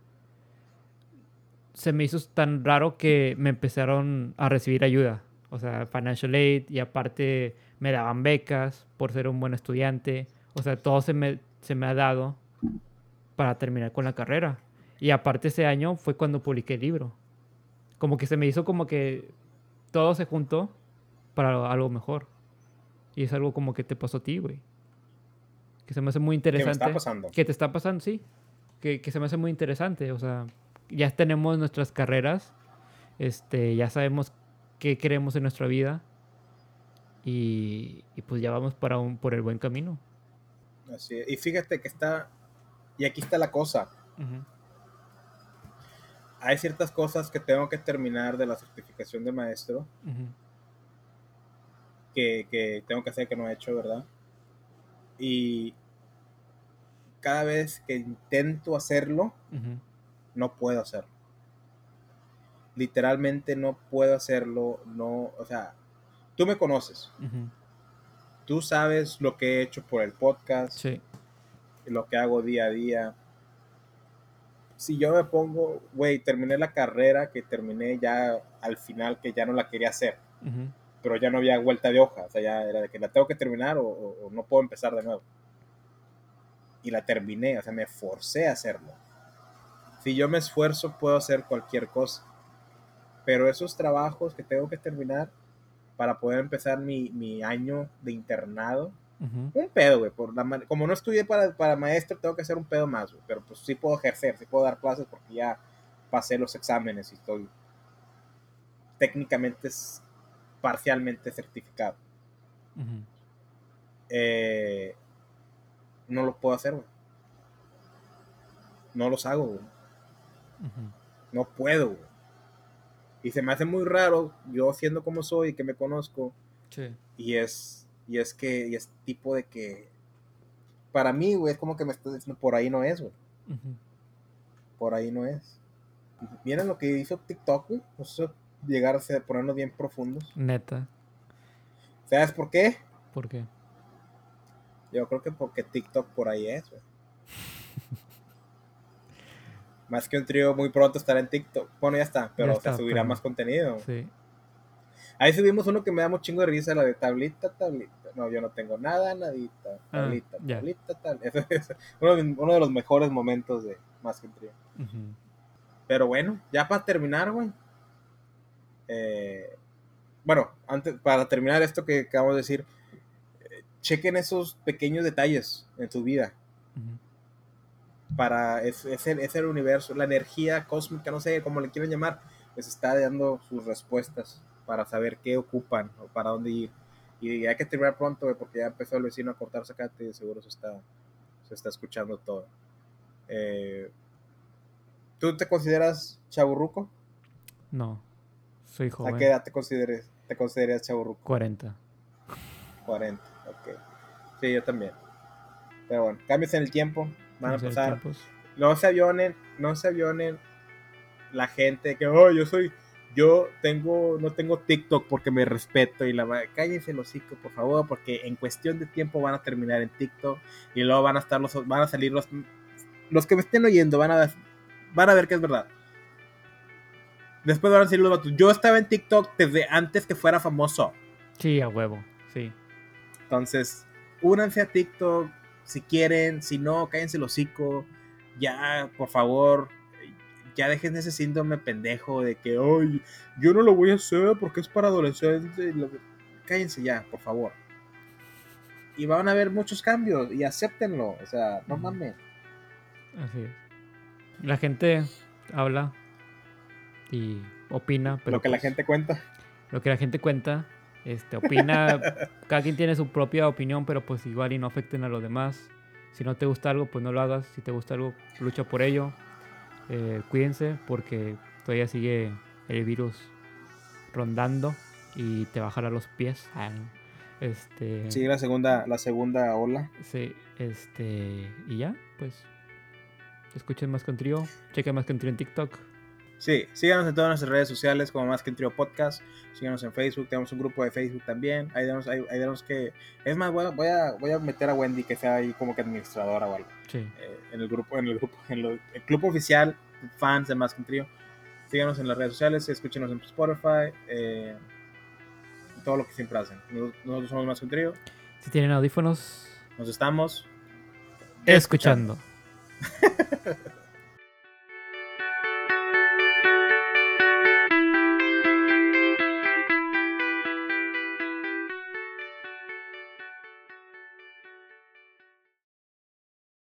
Se me hizo tan raro que me empezaron a recibir ayuda. O sea, financial aid, y aparte me daban becas por ser un buen estudiante. O sea, todo se me ha dado para terminar con la carrera. Y aparte ese año fue cuando publiqué el libro. Como que se me hizo como que todo se juntó para algo mejor. Y es algo como que te pasó a ti, güey. Que se me hace muy ¿Qué me está interesante. pasando? Que te está pasando, sí. Que se me hace muy interesante. O sea, ya tenemos nuestras carreras. Ya sabemos qué queremos en nuestra vida. Y pues ya vamos por el buen camino. Así es. Y fíjate que está, y aquí está la cosa. Ujú. Hay ciertas cosas que tengo que terminar de la certificación de maestro Ujú. que tengo que hacer que no he hecho, ¿verdad? Y cada vez que intento hacerlo, Ujú. no puedo hacerlo. Literalmente no puedo hacerlo, no, o sea, tú me conoces, Ujú. tú sabes lo que he hecho por el podcast, Sí. lo que hago día a día. Si yo me pongo, güey, terminé la carrera que terminé ya al final, que ya no la quería hacer, Ujú. pero ya no había vuelta de hoja, o sea, ya era de que la tengo que terminar o no puedo empezar de nuevo. Y la terminé, o sea, me forcé a hacerlo. Si yo me esfuerzo, puedo hacer cualquier cosa, pero esos trabajos que tengo que terminar para poder empezar mi año de internado, Ujú. un pedo, güey, como no estudié para maestro, tengo que hacer un pedo más, güey, pero pues sí puedo ejercer, sí puedo dar clases porque ya pasé los exámenes y estoy técnicamente parcialmente certificado. Ujú. Eh, no lo puedo hacer, güey. No los hago, güey. Ujú. No puedo, güey. Y se me hace muy raro, yo siendo como soy, que me conozco, Sí. y es tipo de que, para mí, güey, es como que me estás diciendo, por ahí no es, güey. Ujú. Por ahí no es. Miren lo que hizo TikTok, güey. Nos hizo llegar a ponernos bien profundos. Neta. ¿Sabes por qué? ¿Por qué? Yo creo que porque TikTok por ahí es, güey. Más que un trío muy pronto estará en TikTok. Bueno, ya está, Ya pero o sea, está, subirá más pero... contenido. Sí. Ahí subimos uno que me da un chingo de risa, la de tablita, tablita. No, yo no tengo nada, nadita. Ah, Tablita, ya. tablita, tal. Eso es uno de los mejores momentos de Más que un trío. Ujú. Pero bueno, ya para terminar, güey. Bueno, antes, para terminar esto que acabamos de decir, chequen esos pequeños detalles en su vida. Ujú. Es el universo, la energía cósmica, no sé cómo le quieren llamar, les está dando sus respuestas para saber qué ocupan o para dónde ir. Y hay que terminar pronto, güey, porque ya empezó el vecino a cortar zacate y seguro se está escuchando todo. Eh, ¿Tú te consideras chaburruco? No, soy ¿A qué joven. edad te consideras chaburruco? 40. 40, ok. Sí, yo también. Pero bueno, cambios en el tiempo van No a sé, pasar. tiempos. No se avionen la gente que, oh, no tengo TikTok porque me respeto y cállense los hocico, por favor, porque en cuestión de tiempo van a terminar en TikTok y luego van a salir los que me estén oyendo, van a ver que es verdad. Después van a decir los vatos, yo estaba en TikTok desde antes que fuera famoso. Sí, a huevo, sí. Entonces, únanse a TikTok si quieren, si no, cállense el hocico. Ya, por favor, ya dejen ese síndrome pendejo de que, ay, yo no lo voy a hacer porque es para adolescentes. Cállense ya, por favor. Y van a haber muchos cambios y acéptenlo. O sea, no mames. Así es. La gente habla y opina, Lo pero que la pues gente cuenta. lo que la gente cuenta, opina, cada quien tiene su propia opinión, pero pues igual y no afecten a los demás. Si no te gusta algo, pues no lo hagas. Si te gusta algo, lucha por ello. Cuídense porque todavía sigue el virus rondando y te va a jalar los pies. Sí, la segunda ola. Sí, y ya, pues escuchen Más que un Trío, chequen Más que un Trío en TikTok. Sí, síganos en todas nuestras redes sociales como Más que un Trío Podcast. Síganos en Facebook, tenemos un grupo de Facebook también. Ahí tenemos que... Es más, voy a meter a Wendy que sea ahí como que administradora o algo. Sí. En el club oficial, fans de Más que un Trío. Síganos en las redes sociales, escúchenos en Spotify, todo lo que siempre hacen. Nosotros somos Más que un Trío. Si tienen audífonos, Nos estamos escuchando.